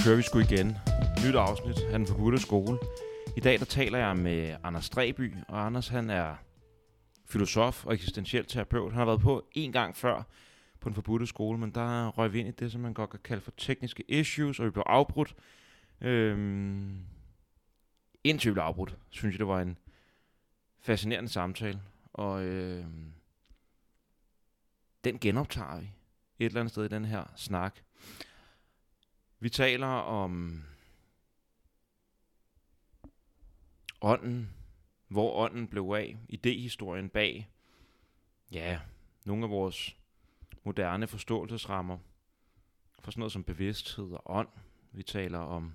kører vi sgu igen. Nyt afsnit af Den Forbudte Skole. I dag der taler jeg med Anders Dræby, og Anders han er filosof og eksistentiel terapeut. Han har været på en gang før på Den Forbudte Skole, men der røg vi ind i det, som man godt kan kalde for tekniske issues, og vi blev afbrudt. Indtil vi blev afbrudt, synes jeg, det var en fascinerende samtale, og den genoptager vi et eller andet sted i den her snak. Vi taler om ånden, hvor ånden blev af, idéhistorien bag, nogle af vores moderne forståelsesrammer for sådan noget som bevidsthed og ånd. Vi taler om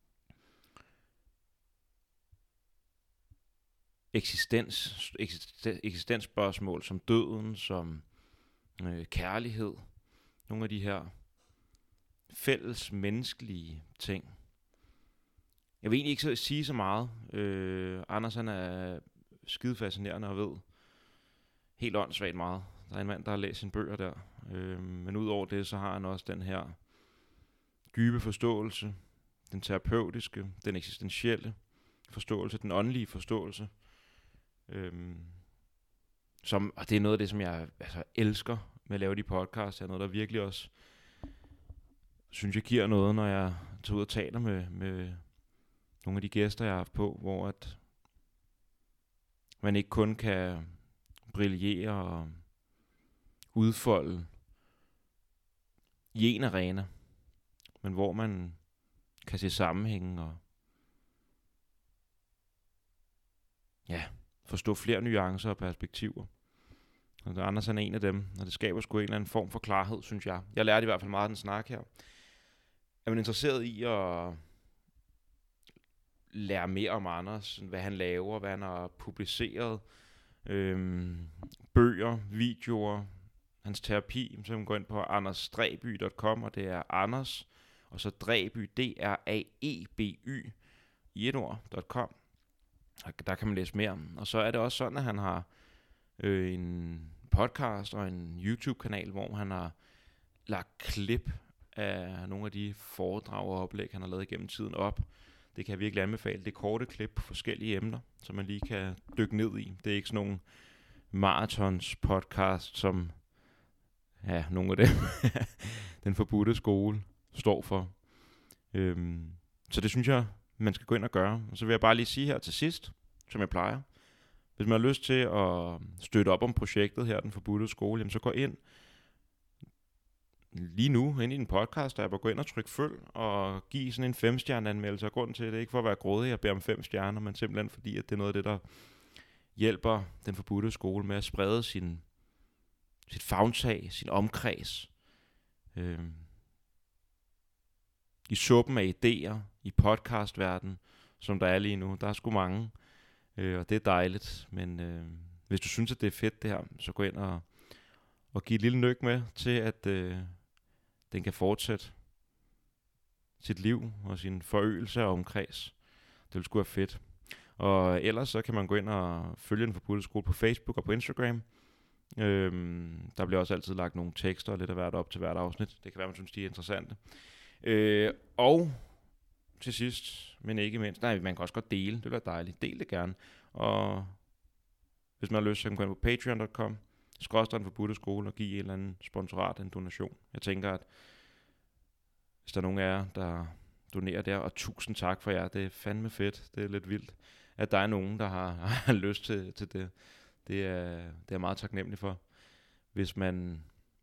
eksistensspørgsmål som døden, som kærlighed, nogle af de her fælles menneskelige ting. Jeg vil egentlig ikke sige så meget. Anders han er skide fascinerende og ved helt åndssvagt meget. Der er en mand, der har læst sine bøger der. Men udover det, så har han også den her dybe forståelse, den terapeutiske, den eksistentielle forståelse, den åndelige forståelse. Og det er noget af det, som jeg elsker med at lave de podcasts. Det er noget, der virkelig også synes jeg giver noget, når jeg tager ud og taler med nogle af de gæster, jeg har haft på, hvor at man ikke kun kan brillere og udfolde i en arena, men hvor man kan se sammenhængen og forstå flere nuancer og perspektiver. Og Anders er en af dem, og det skaber sgu en eller anden form for klarhed, synes jeg. Jeg lærte i hvert fald meget af den snak her. Er man interesseret i at lære mere om Anders, hvad han laver, hvad han har publiceret, bøger, videoer, hans terapi, så kan man gå ind på andersdræby.com, og det er Anders, og så Dræby, D-R-A-E-B-Y, i et ord.com. Der kan man læse mere. Og så er det også sådan, at han har en podcast og en YouTube-kanal, hvor han har lagt klip af nogle af de foredrag og oplæg, han har lavet igennem tiden op. Det kan jeg virkelig anbefale. Det er korte klip på forskellige emner, som man lige kan dykke ned i. Det er ikke sådan nogle marathons podcast, som nogle af dem Den Forbudte Skole står for. Så det synes jeg, man skal gå ind og gøre. Og så vil jeg bare lige sige her til sidst, som jeg plejer. Hvis man har lyst til at støtte op om projektet her, Den Forbudte Skole, jamen så gå ind lige nu ind i en podcast, der gå ind og trykke følg og give sådan en 5-stjerne anmeldelse. Og grunden til det er ikke for at være grådig at bede om 5 stjerner, men simpelthen fordi, at det er noget af det, der hjælper Den Forbudte Skole med at sprede sit favntag, sin omkreds. I suppen af idéer, i podcastverdenen, som der er lige nu. Der er sgu mange, og det er dejligt. Men hvis du synes, at det er fedt det her, så gå ind og give et lille nøk med til, at den kan fortsætte sit liv og sin forøgelse og omkreds. Det vil sgu være fedt. Og ellers så kan man gå ind og følge Den Forbudte Skole på Facebook og på Instagram. Der bliver også altid lagt nogle tekster og lidt af hvert op til hvert afsnit. Det kan være, man synes, de er interessante. Og til sidst, men ikke mindst, man kan også godt dele. Det bliver dejligt. Del det gerne. Og hvis man har lyst, så kan man gå ind på patreon.com /Den Forbudte Skole og give en eller anden sponsorat, en donation. Jeg tænker, at hvis der er nogen af jer, der donerer der, og tusind tak for jer, det er fandme fedt, det er lidt vildt, at der er nogen, der har lyst til det. Det er jeg meget taknemmelig for. Hvis man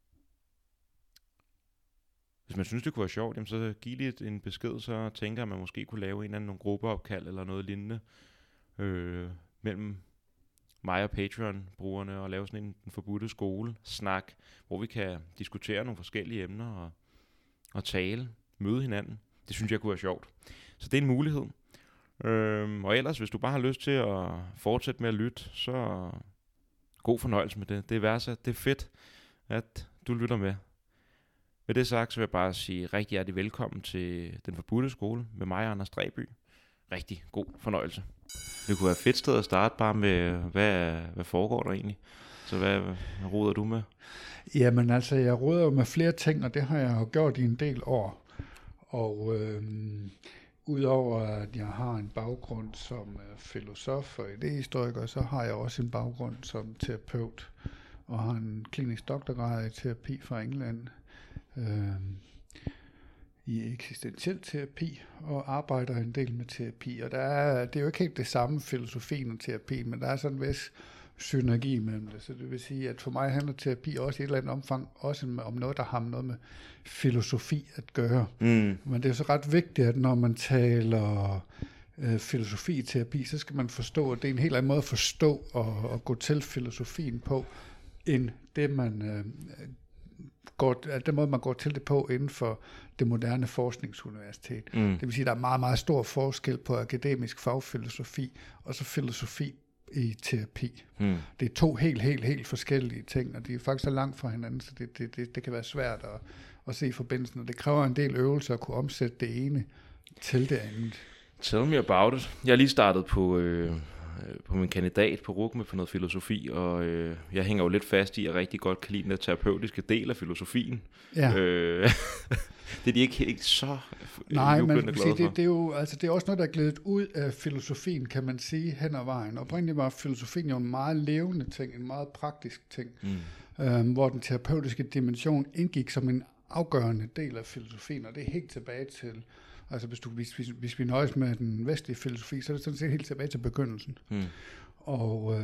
synes, det kunne være sjovt, jamen så giv lige en besked, så tænker jeg, at man måske kunne lave en eller anden gruppeopkald eller noget lignende mellem mig og Patreon-brugerne og lave sådan en forbudte skole-snak, hvor vi kan diskutere nogle forskellige emner og tale, møde hinanden. Det synes jeg kunne være sjovt. Så det er en mulighed. Og ellers, hvis du bare har lyst til at fortsætte med at lytte, så god fornøjelse med det. Det er værdsat. Det er fedt, at du lytter med. Med det sagt, så vil jeg bare sige rigtig hjertelig velkommen til Den Forbudte Skole med mig, Anders Dræby. Rigtig god fornøjelse. Det kunne være et fedt sted at starte bare med, hvad foregår der egentlig? Så hvad roder du med? Jamen altså, jeg roder jo med flere ting, og det har jeg jo gjort i en del år. Og udover at jeg har en baggrund som filosof og idehistoriker, så har jeg også en baggrund som terapeut og har en klinisk doktorgrad i terapi fra England i eksistentiel terapi og arbejder en del med terapi. Og det er jo ikke helt det samme filosofien og terapi, men der er sådan en vis synergi mellem det. Så det vil sige, at for mig handler terapi også i et eller andet omfang også om noget, der har noget med filosofi at gøre. Men det er så ret vigtigt, at når man taler filosofi i terapi, så skal man forstå, at det er en helt anden måde at forstå og gå til filosofien på, end det man den måde, man går til det på inden for det moderne forskningsuniversitet. Det vil sige, at der er meget, meget stor forskel på akademisk fagfilosofi og så filosofi i terapi. Det er to helt forskellige ting, og de er faktisk så langt fra hinanden, så det kan være svært at se forbindelsen, og det kræver en del øvelser at kunne omsætte det ene til det andet. Tell me about it. Jeg har lige startet på min kandidat på RUC med noget filosofi, og jeg hænger jo lidt fast i, at jeg rigtig godt kan lide den terapeutiske del af filosofien. Ja. Det er de ikke så jublende glade for. Det er jo altså, det er også noget, der er glædet ud af filosofien, kan man sige, hen ad vejen. Oprindeligt var filosofien jo en meget levende ting, en meget praktisk ting, hvor den terapeutiske dimension indgik som en afgørende del af filosofien, og det er helt tilbage til, altså hvis vi nøjes med den vestlige filosofi, så er det sådan set helt tilbage til begyndelsen. Og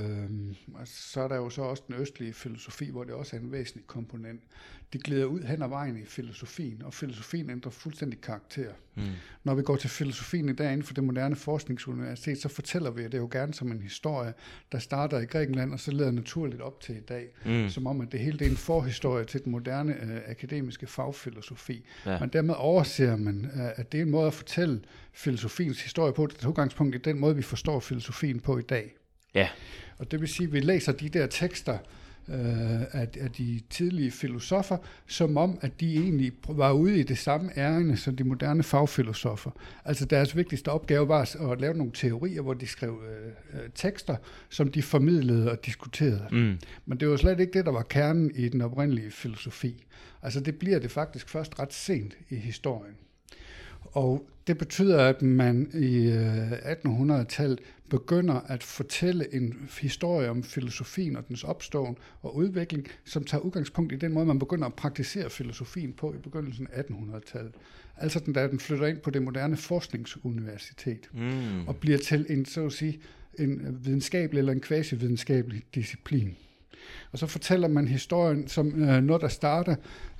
så er der jo så også den østlige filosofi, hvor det også er en væsentlig komponent. De glider ud hen ad vejen i filosofien, og filosofien ændrer fuldstændig karakter. Når vi går til filosofien i dag inden for det moderne forskningsuniversitet, så fortæller vi det jo gerne som en historie, der starter i Grækenland, og så leder naturligt op til i dag. Som om, at det hele det er en forhistorie til den moderne akademiske fagfilosofi. Ja. Men dermed overser man, at det er en måde at fortælle filosofiens historie på, det er udgangspunkt i den måde, vi forstår filosofien på i dag. Ja. Og det vil sige, at vi læser de der tekster af de tidlige filosofer, som om, at de egentlig var ude i det samme ærinde som de moderne fagfilosofer. Altså deres vigtigste opgave var at lave nogle teorier, hvor de skrev tekster, som de formidlede og diskuterede. Men det var slet ikke det, der var kernen i den oprindelige filosofi. Altså det bliver det faktisk først ret sent i historien. Og det betyder, at man i 1800-tallet begynder at fortælle en historie om filosofien og dens opståen og udvikling, som tager udgangspunkt i den måde, man begynder at praktisere filosofien på i begyndelsen af 1800-tallet. Altså da den flytter ind på det moderne forskningsuniversitet og bliver til en, så at sige, en videnskabelig eller en quasi-videnskabelig disciplin. Og så fortæller man historien som noget, der starter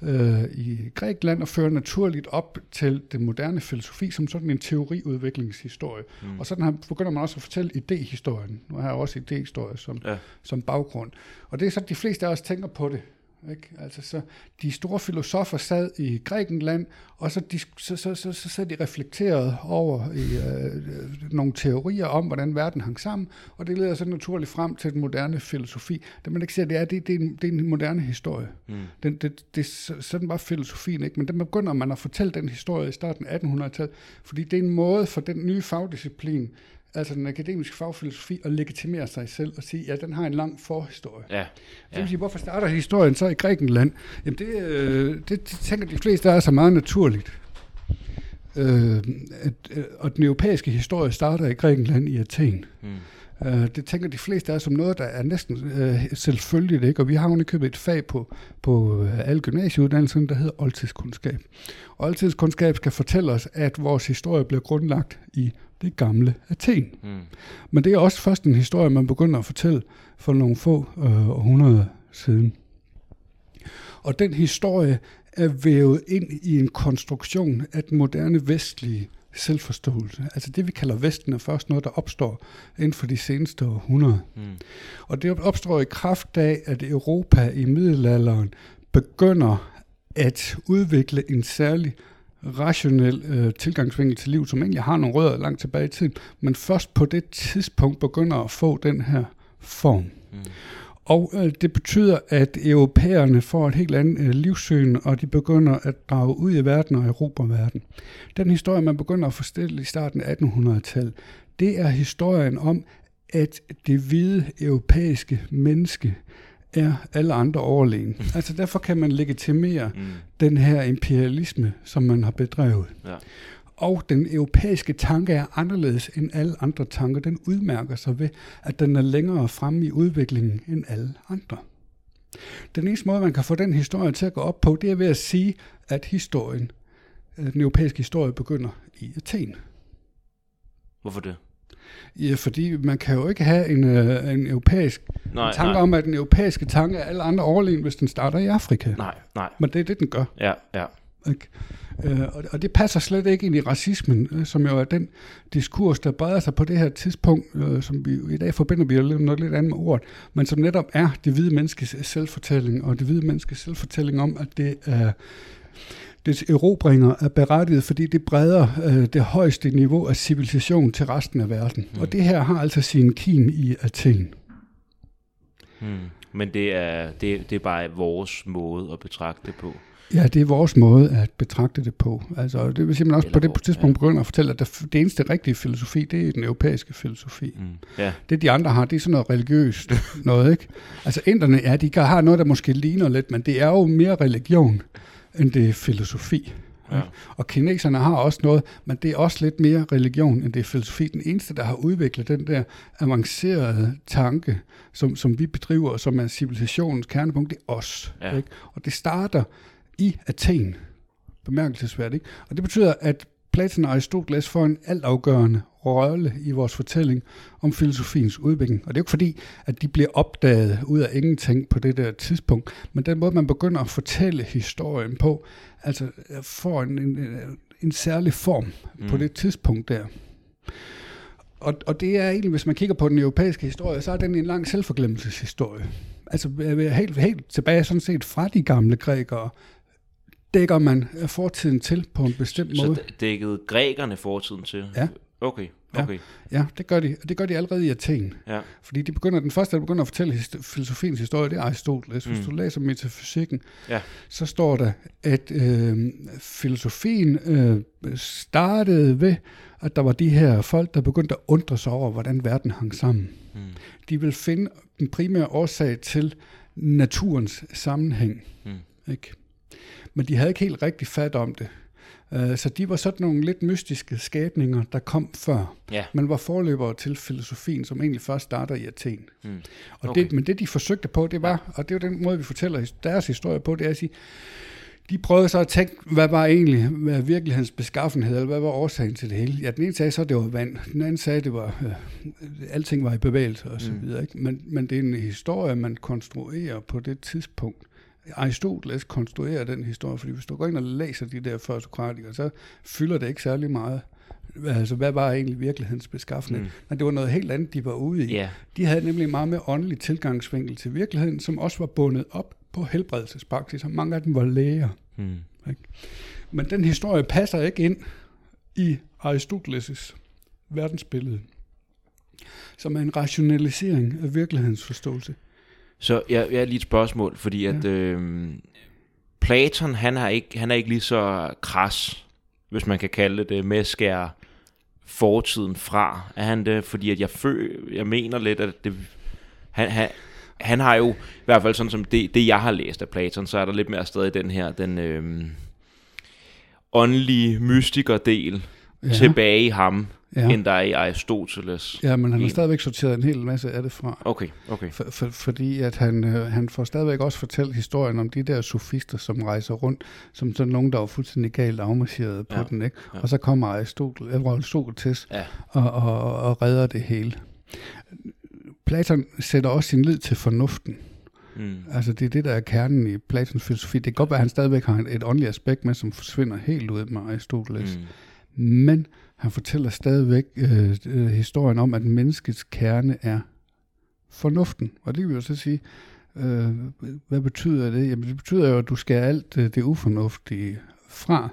i Grækenland og fører naturligt op til det moderne filosofi som sådan en teoriudviklingshistorie. Og sådan begynder man også at fortælle idéhistorien. Nu har jeg også idéhistorie som baggrund. Og det er så, de fleste af os tænker på det. Ikke? Altså, så de store filosofer sad i Grækenland, og så sad de reflekteret over nogle teorier om, hvordan verden hang sammen, og det leder så naturligt frem til den moderne filosofi. Det man ikke ser, det er en moderne historie. Sådan var filosofien ikke, men der begynder man at fortælle den historie i starten af 1800-tallet, fordi det er en måde for den nye fagdisciplin, altså den akademiske fagfilosofi, at legitimere sig selv og sige, ja, den har en lang forhistorie. Ja. Det vil sige, hvorfor starter historien så i Grækenland? Jamen det tænker de fleste er så meget naturligt. Og den europæiske historie starter i Grækenland i Athen. Det tænker de fleste af som noget, der er næsten selvfølgeligt, ikke? Og vi har jo købet et fag på alle gymnasieuddannelserne, der hedder oldtidskundskab. Og oldtidskundskab skal fortælle os, at vores historie bliver grundlagt i det gamle Athen. Men det er også først en historie, man begynder at fortælle for nogle få århundreder siden. Og den historie er vævet ind i en konstruktion af den moderne vestlige selvforståelse. Altså det, vi kalder Vesten, er først noget, der opstår inden for de seneste århundreder. Og det opstår i kraft af, at Europa i middelalderen begynder at udvikle en særlig rationel tilgangsvinkel til liv, som egentlig har nogle rødder langt tilbage i tiden, men først på det tidspunkt begynder at få den her form. Og det betyder, at europæerne får et helt andet livssyn, og de begynder at drage ud i verden og erobre verden. Den historie, man begynder at forstille i starten af 1800-tallet, det er historien om, at det hvide europæiske menneske er alle andre overlegen. Altså derfor kan man legitimere den her imperialisme, som man har bedrevet. Ja. Og den europæiske tanke er anderledes end alle andre tanker. Den udmærker sig ved, at den er længere fremme i udviklingen end alle andre. Den eneste måde, man kan få den historie til at gå op på, det er ved at sige, at den europæiske historie begynder i Athen. Hvorfor det? Ja, fordi man kan jo ikke have en europæisk tanke om, at den europæiske tanke er alle andre overlegen, hvis den starter i Afrika. Nej. Men det er det, den gør. Ja. Ikke? Og det passer slet ikke ind i racismen, som jo er den diskurs, der breder sig på det her tidspunkt, som vi i dag forbinder vi noget lidt andet med ordet, men som netop er det hvide menneskes selvfortælling, og det hvide menneskes selvfortælling om, at det er dets erobringer er berettiget, fordi det breder det højeste niveau af civilisation til resten af verden. Og det her har altså sin kim i Athen. Men det er bare vores måde at betragte det på. Ja, det er vores måde at betragte det på. Altså, det vil sige, man også på det tidspunkt begynder at fortælle, at det eneste rigtige filosofi, det er den europæiske filosofi. Ja. Det de andre har, det er sådan noget religiøst noget, ikke? Altså inderne, ja, de har noget, der måske ligner lidt, men det er jo mere religion, end det er filosofi. Ja. Og kineserne har også noget, men det er også lidt mere religion, end det er filosofi. Den eneste, der har udviklet den der avancerede tanke, som vi bedriver, som er civilisationens kernepunkt, det er os. Ja. Ikke? Og det starter i Athen, bemærkelsesværdigt. Og det betyder, at Platon og Aristoteles får en altafgørende rolle i vores fortælling om filosofiens udvikling. Og det er jo ikke fordi, at de bliver opdaget ud af ingenting på det der tidspunkt, men den måde, man begynder at fortælle historien på, altså får en særlig form på det tidspunkt der. Og det er egentlig, hvis man kigger på den europæiske historie, så er den en lang selvforglemmelseshistorie. Altså helt tilbage sådan set fra de gamle grækere, dækker man fortiden til på en bestemt måde. Så dækkede grækerne fortiden til? Ja. Okay. Ja, det gør de. Og det gør de allerede i Athen. Ja. Fordi den første, der begynder at fortælle filosofiens historie, det er Aristoteles. Hvis du læser metafysikken, så står der, at filosofien startede ved, at der var de her folk, der begyndte at undre sig over, hvordan verden hang sammen. De vil finde den primære årsag til naturens sammenhæng. Ikke? Men de havde ikke helt rigtig fat om det. Så de var sådan nogle lidt mystiske skabninger, der kom før. Yeah. Man var forløbere til filosofien, som egentlig først starter i Athen. Okay. Men det, de forsøgte på, det var, og det er jo den måde, vi fortæller deres historie på, det er at sige, de prøvede så at tænke, hvad var egentlig virkelighedens beskaffenhed, eller hvad var årsagen til det hele. Ja, den ene sagde så, det var vand. Den anden sagde, det var, alting var i bevægelse og så videre. Ikke? Men det er en historie, man konstruerer på det tidspunkt. Aristoteles konstruerer den historie, fordi hvis du går ind og læser de der førsokratikere, så fylder det ikke særlig meget. Altså, hvad var egentlig virkelighedens beskaffenhed? Men det var noget helt andet, de var ude i. Yeah. De havde nemlig meget mere åndelig tilgangsvinkel til virkeligheden, som også var bundet op på helbredelsespraksis, og mange af dem var læger. Ikke? Men den historie passer ikke ind i Aristoteles' verdensbillede, som er en rationalisering af virkelighedens forståelse. Så jeg har lige et spørgsmål, fordi at Platon, han er ikke lige så kras, hvis man kan kalde det, med at skære fortiden fra. Er han det? Fordi at jeg mener lidt, at det, han har jo, i hvert fald sådan som det jeg har læst af Platon, så er der lidt mere stadig den åndelige mystikerdel tilbage i ham, end der er i Aristoteles. Ja, men han har stadigvæk sorteret en hel masse af det fra. Okay. Fordi at han får stadigvæk også fortalt historien om de der sofister, som rejser rundt, som sådan nogen, der var fuldstændig galt afmarcheret på den, ikke? Ja. Og så kommer Aristoteles og redder det hele. Platon sætter også sin lid til fornuften. Altså det er det, der er kernen i Platons filosofi. Det kan godt være, at han stadigvæk har et åndeligt aspekt med, som forsvinder helt ud med Aristoteles. Men han fortæller stadigvæk historien om, at menneskets kerne er fornuften. Og det vil jo så sige, hvad betyder det? Jamen det betyder jo, at du skal alt det ufornuftige fra.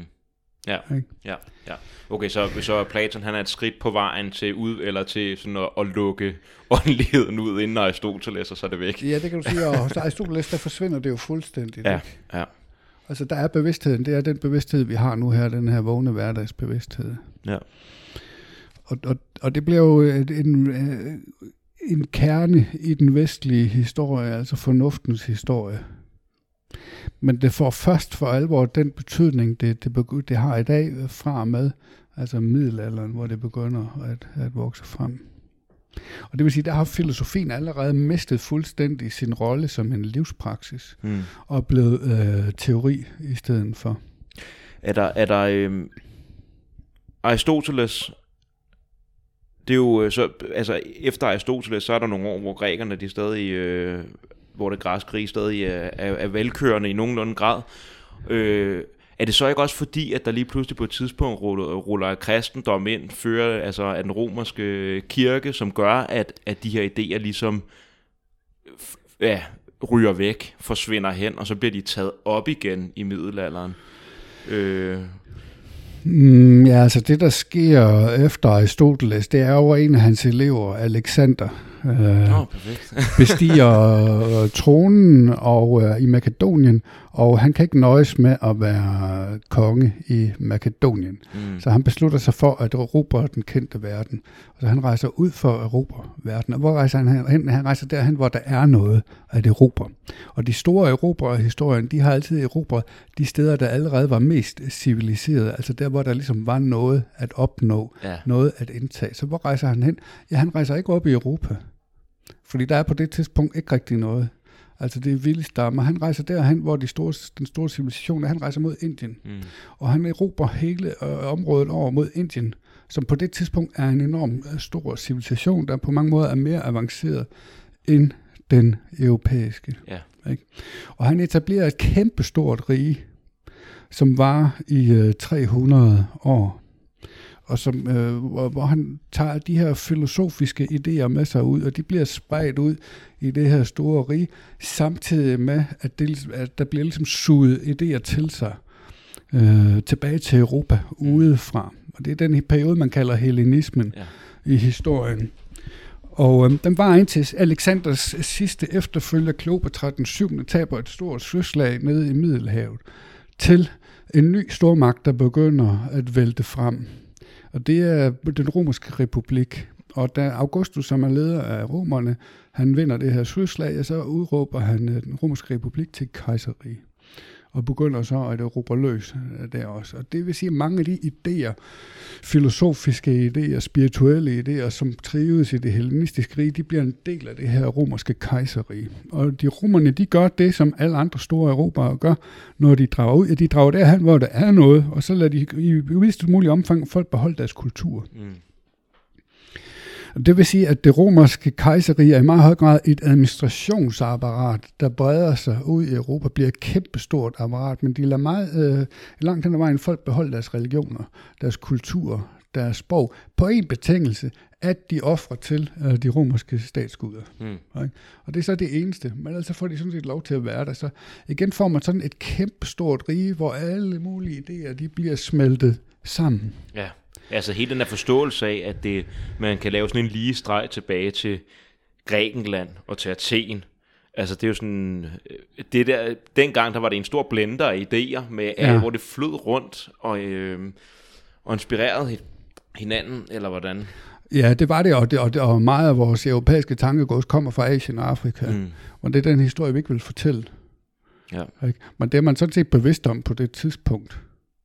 Ja. Okay, så Platon, han er et skridt på vejen til til sådan at lukke åndeligheden ud inden Aristoteles, og så er det væk. Ja, det kan du sige, og hos Aristoteles, der forsvinder det jo fuldstændigt. Ja. Altså, der er bevidstheden, det er den bevidsthed, vi har nu her, den her vågne hverdagsbevidsthed. Ja. Og det bliver jo en kerne i den vestlige historie, altså fornuftens historie. Men det får først for alvor den betydning, det har i dag fra med, altså middelalderen, hvor det begynder at vokse frem. Og det vil sige, der har filosofien allerede mistet fuldstændig sin rolle som en livspraksis, og blevet teori i stedet for. Er der Aristoteles, det er jo så, altså efter Aristoteles, så er der nogle år, hvor grækerne, de stadig, hvor det græske rige stadig er velkørende i nogenlunde grad. Er det så ikke også fordi, at der lige pludselig på et tidspunkt ruller kristendom ind, fører altså af den romerske kirke, som gør, at de her idéer ligesom ryger væk, forsvinder hen, og så bliver de taget op igen i middelalderen? Ja, altså det, der sker efter Aristoteles, det er jo en af hans elever, Alexander, bestiger tronen og i Makedonien, og han kan ikke nøjes med at være konge i Makedonien. Så han beslutter sig for at erobre den kendte verden. Så han rejser ud for at erobre verden. Og hvor rejser han hen? Han rejser derhen, hvor der er noget at erobre. Og de store erobrere i historien, de har altid erobret de steder, der allerede var mest civiliserede. Altså der, hvor der ligesom var noget at opnå, noget at indtage. Så hvor rejser han hen? Ja, han rejser ikke op i Europa. Fordi der er på det tidspunkt ikke rigtig noget. Altså det er vilde stammer. Han rejser derhen, hvor den store civilisation er. Han rejser mod Indien. Og han erobrer hele området over mod Indien, som på det tidspunkt er en enorm stor civilisation, der på mange måder er mere avanceret end den europæiske. Ikke? Og han etablerer et kæmpestort rige, som var i 300 år. Og som, hvor han tager de her filosofiske idéer med sig ud, og de bliver spredt ud i det her store rige, samtidig med, at der bliver ligesom suget idéer til sig, tilbage til Europa, udefra. Og det er den periode, man kalder hellenismen i historien. Og den var indtil Alexanders sidste efterfølger, Kleopatra den 7. taber et stort søslag nede i Middelhavet, til en ny stormagt, der begynder at vælte frem. Og det er den romerske republik. Og da Augustus, som er leder af romerne, han vinder det her søslag, så udråber han den romerske republik til kejserrige. Og begynder så at erobre løs der også. Og det vil sige, at mange af de idéer, filosofiske idéer, spirituelle idéer, som trives i det hellenistiske rige, de bliver en del af det her romerske kejserrige. Og de romerne, de gør det, som alle andre store erobrere gør, når de drager ud. De drager derhen, hvor der er noget, og så lader de i videst muligt omfang folk beholde deres kultur. Det vil sige, at det romerske kejserrige er i meget høj grad et administrationsapparat, der breder sig ud i Europa, bliver et kæmpestort apparat, men de lader meget langt hen ad vejen folk beholde deres religioner, deres kultur, deres sprog, på en betingelse, at de offrer til de romerske statsguder. Og det er så det eneste, men altså får de sådan set lov til at være der. Så igen får man sådan et kæmpestort rige, hvor alle mulige idéer, de bliver smeltet sammen. Ja. Altså hele den her forståelse af, at man kan lave sådan en lige streg tilbage til Grækenland og til Athen. Altså det er jo sådan, dengang der var det en stor blender af idéer, med, hvor det flød rundt og inspirerede hinanden, eller hvordan? Ja, det var det, og meget af vores europæiske tankegods kommer fra Asien og Afrika. Og det er den historie, vi ikke vil fortælle. Men det er man sådan set bevidst om på det tidspunkt.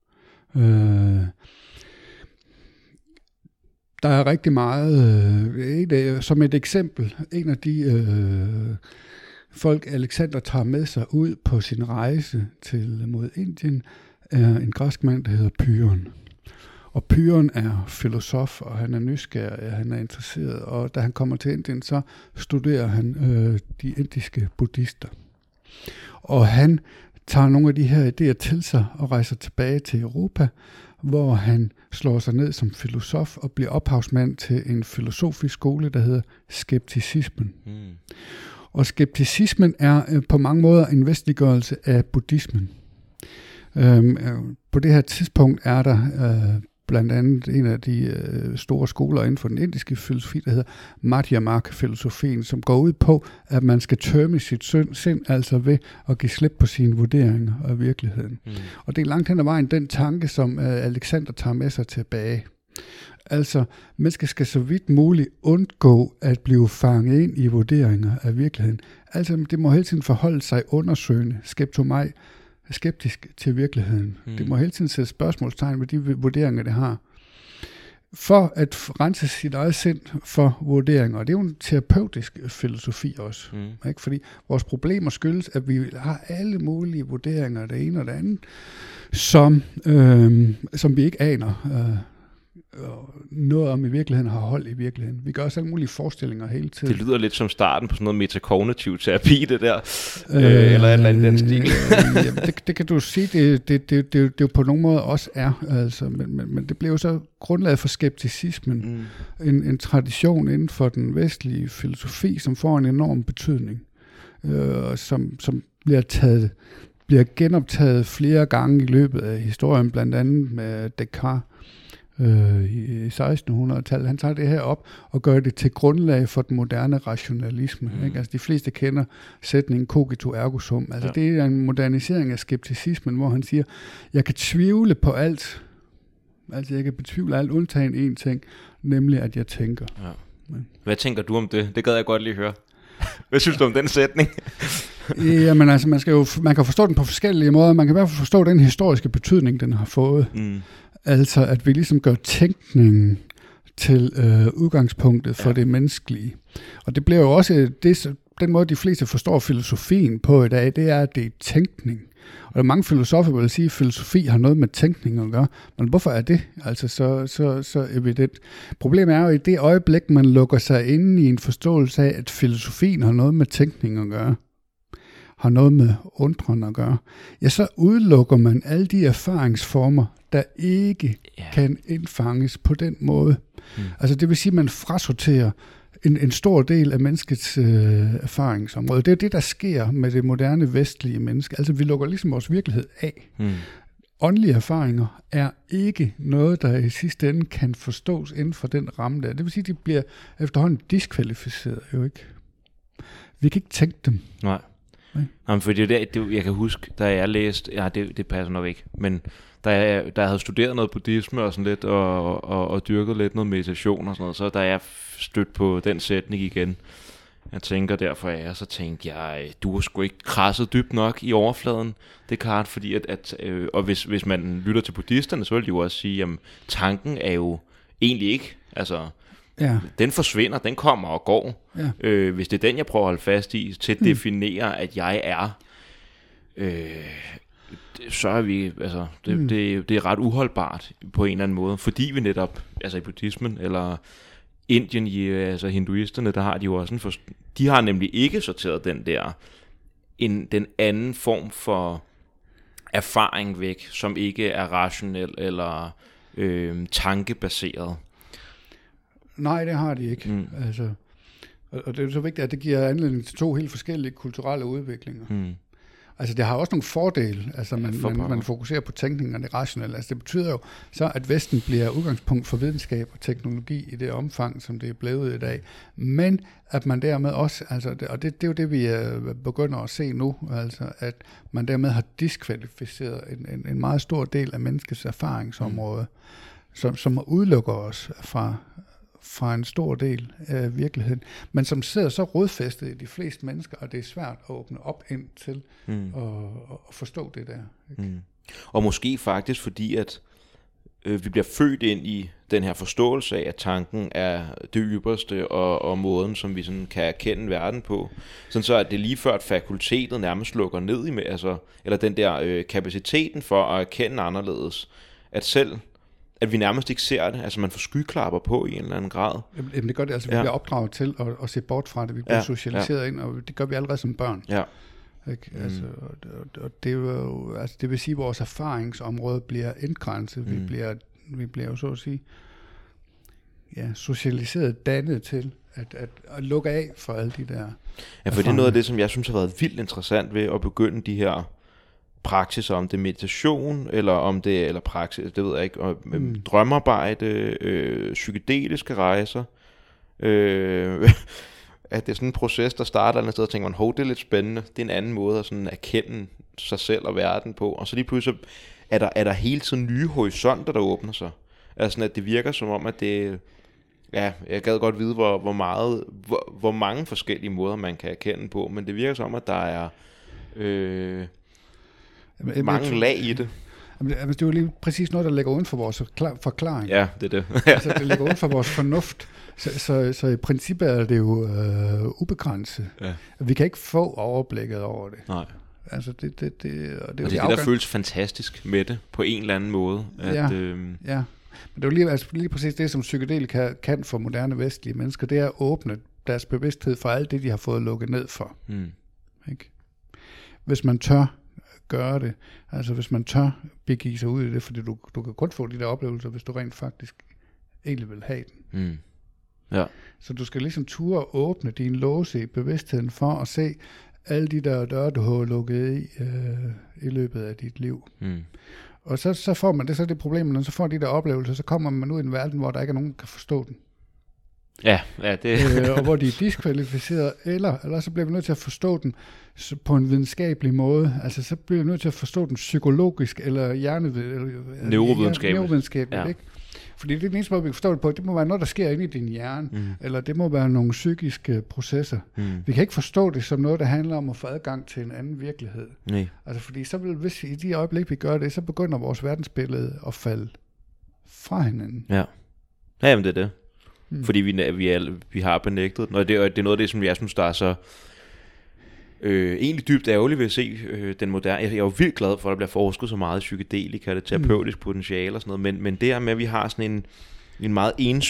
Der er rigtig meget, som et eksempel, en af de folk, Alexander tager med sig ud på sin rejse mod Indien, er en græsk mand, der hedder Pyrrhon. Og Pyrrhon er filosof, og han er nysgerrig, han er interesseret, og da han kommer til Indien, så studerer han de indiske buddhister. Og han tager nogle af de her idéer til sig og rejser tilbage til Europa, hvor han slår sig ned som filosof og bliver ophavsmand til en filosofisk skole, der hedder skepticismen. Og skepticismen er på mange måder en vestliggørelse af buddhismen. På det her tidspunkt er der blandt andet en af de store skoler inden for den indiske filosofi, der hedder Madhyamaka-filosofien, som går ud på, at man skal tømme sit sind, altså ved at give slip på sine vurderinger af virkeligheden. Og det er langt hen ad vejen den tanke, som Alexander tager med sig tilbage. Altså, mennesker skal så vidt muligt undgå at blive fanget ind i vurderinger af virkeligheden. Altså, det må hele tiden forholde sig undersøgende, skeptisk til virkeligheden. Det må hele tiden sætte spørgsmålstegn ved de vurderinger, det har. For at rense sit eget sind for vurderinger. Og det er jo en terapeutisk filosofi også. Ikke? Fordi vores problemer skyldes, at vi har alle mulige vurderinger, det ene og det andet, som vi ikke aner noget om i virkeligheden, har hold i virkeligheden. Vi gør også alle mulige forestillinger hele tiden. Det lyder lidt som starten på sådan noget metakognitiv terapi, det der. Eller et eller andet den stil. Det kan du sige, det jo på nogen måde også er. Altså, men det blev jo så grundlaget for skepticismen. En tradition inden for den vestlige filosofi, som får en enorm betydning. Som bliver genoptaget flere gange i løbet af historien, blandt andet med Descartes. I 1600-tallet. Han tager det her op og gør det til grundlag for den moderne rationalisme. Ikke? Altså de fleste kender sætningen cogito ergo sum. Altså det er en modernisering af skepticismen, hvor han siger, jeg kan tvivle på alt. Altså jeg kan betvivle alt, undtagen én ting, nemlig at jeg tænker. Ja. Hvad tænker du om det? Det gad jeg godt lige høre. Hvad synes du om den sætning? Jamen altså, man kan forstå den på forskellige måder. Man kan i hvert fald forstå den historiske betydning, den har fået. Altså, at vi ligesom gør tænkningen til udgangspunktet for det menneskelige. Og det bliver jo også, den måde, de fleste forstår filosofien på i dag, det er, at det er tænkning. Og der er mange filosofer, der vil sige, at filosofi har noget med tænkning at gøre. Men hvorfor er det altså så evident? Problemet er jo, i det øjeblik, man lukker sig inde i en forståelse af, at filosofien har noget med tænkning at gøre, har noget med undren at gøre, ja, så udelukker man alle de erfaringsformer, der ikke kan indfanges på den måde. Altså det vil sige, at man frasorterer en stor del af menneskets erfaringsområde. Det er det, der sker med det moderne vestlige menneske. Altså vi lukker ligesom vores virkelighed af. Åndelige erfaringer er ikke noget, der i sidste ende kan forstås inden for den ramme der. Det vil sige, at de bliver efterhånden diskvalificeret, jo ikke? Vi kan ikke tænke dem. Nej. Jamen, for det er det, jeg kan huske, da jeg læste, det passer nok ikke, men da jeg havde studeret noget buddhisme og sådan lidt, og dyrket lidt noget meditation og sådan noget, så da jeg stødte på den sætning igen, jeg tænker derfor så tænkte jeg, du har sgu ikke krasset dybt nok i overfladen, Descartes, fordi og hvis man lytter til buddhisterne, så vil de jo også sige, jamen tanken er jo egentlig ikke, altså den forsvinder, den kommer og går. Hvis det er den, jeg prøver at holde fast i, til at definere, at jeg er, så er vi, altså, det er ret uholdbart på en eller anden måde, fordi vi netop, altså i buddhismen, eller Indien, altså hinduisterne, der har de jo også de har nemlig ikke sorteret den anden form for erfaring væk, som ikke er rationel eller tankebaseret. Nej, det har de ikke. Altså, og det er så vigtigt, at det giver anledning til 2 helt forskellige kulturelle udviklinger. Altså det har også nogle fordele, altså man fokuserer på tænkningen og det rationelle. Altså det betyder jo så, at Vesten bliver udgangspunkt for videnskab og teknologi i det omfang, som det er blevet i dag. Men at man dermed også, altså, og det er jo det, vi begynder at se nu, altså at man dermed har diskvalificeret en meget stor del af menneskets erfaringsområde, som udelukker os fra en stor del af virkeligheden, men som sidder så rodfæstet i de fleste mennesker, og det er svært at åbne op ind til og forstå det der. Ikke? Og måske faktisk fordi, at vi bliver født ind i den her forståelse af, at tanken er det ypperste, og måden, som vi sådan kan erkende verden på. Sådan så, at det lige før, at fakultetet nærmest lukker ned i, altså, eller den der kapaciteten for at erkende anderledes, at vi nærmest ikke ser det. Altså man får skyklapper på i en eller anden grad. Jamen det gør det, altså vi bliver opdraget til at se bort fra det. Vi bliver socialiseret ind, og det gør vi allerede som børn. Ikke? Altså, og det er jo, altså det vil sige, at vores erfaringsområde bliver indgrænset. Vi bliver jo så at sige socialiseret, dannet til at lukke af for alle de der for det er noget af det, som jeg synes har været vildt interessant ved at begynde de her praksiser, om det er meditation, eller praksis, det ved jeg ikke, drømmearbejde, psykedeliske rejser, at det er sådan en proces, der starter et andet sted, og tænker man, det er lidt spændende, det er en anden måde at sådan erkende sig selv og verden på, og så lige pludselig er der hele tiden nye horisonter, der åbner sig. Altså, at det virker som om, at det... Ja, jeg gad godt vide, hvor mange forskellige måder, man kan erkende på, men det virker som om, at der er mange lag i det. Det er jo lige præcis noget, der ligger uden for vores forklaring. Ja, det er det. Altså, det ligger uden for vores fornuft. Så i princippet er det jo ubegrænset. Ja. Vi kan ikke få overblikket over det. Nej. Altså, det er og det der føles fantastisk med det, på en eller anden måde. At, ja. Men det er jo lige præcis det, som psykedelika kan for moderne vestlige mennesker, det er at åbne deres bevidsthed for alt det, de har fået lukket ned for. Ikke? Hvis man tør gøre det, altså hvis man tør begive sig ud i det, fordi du kan kun få de der oplevelser, hvis du rent faktisk egentlig vil have den. Ja. Så du skal ligesom ture åbne din låse i bevidstheden for at se alle de der døre, du har lukket i løbet af dit liv. Og så får man det, så er det problem, når så får de der oplevelser, så kommer man ud i en verden, hvor der ikke er nogen, der kan forstå den. Ja, det... og hvor de er diskvalificeret, eller så bliver vi nødt til at forstå den på en videnskabelig måde. Altså, så bliver vi nødt til at forstå den psykologisk, eller neurovidenskabeligt, ja. Ikke? Fordi det er den eneste måde, vi kan forstå det på. Det må være noget, der sker inde i din hjerne, eller det må være nogle psykiske processer. Vi kan ikke forstå det som noget, der handler om at få adgang til en anden virkelighed. Nej. Altså, fordi så vil, hvis i de øjeblik, vi gør det, så begynder vores verdensbillede at falde fra hinanden. Ja, jamen det er det. Fordi vi har benægtet den, og det er noget af det, som jeg synes, der er så egentlig dybt ærgerligt ved at se den moderne. Jeg er jo vildt glad for, at der bliver forsket så meget i psykedelika, det terapeutisk potentiale og sådan noget, men det er med, at vi har sådan et meget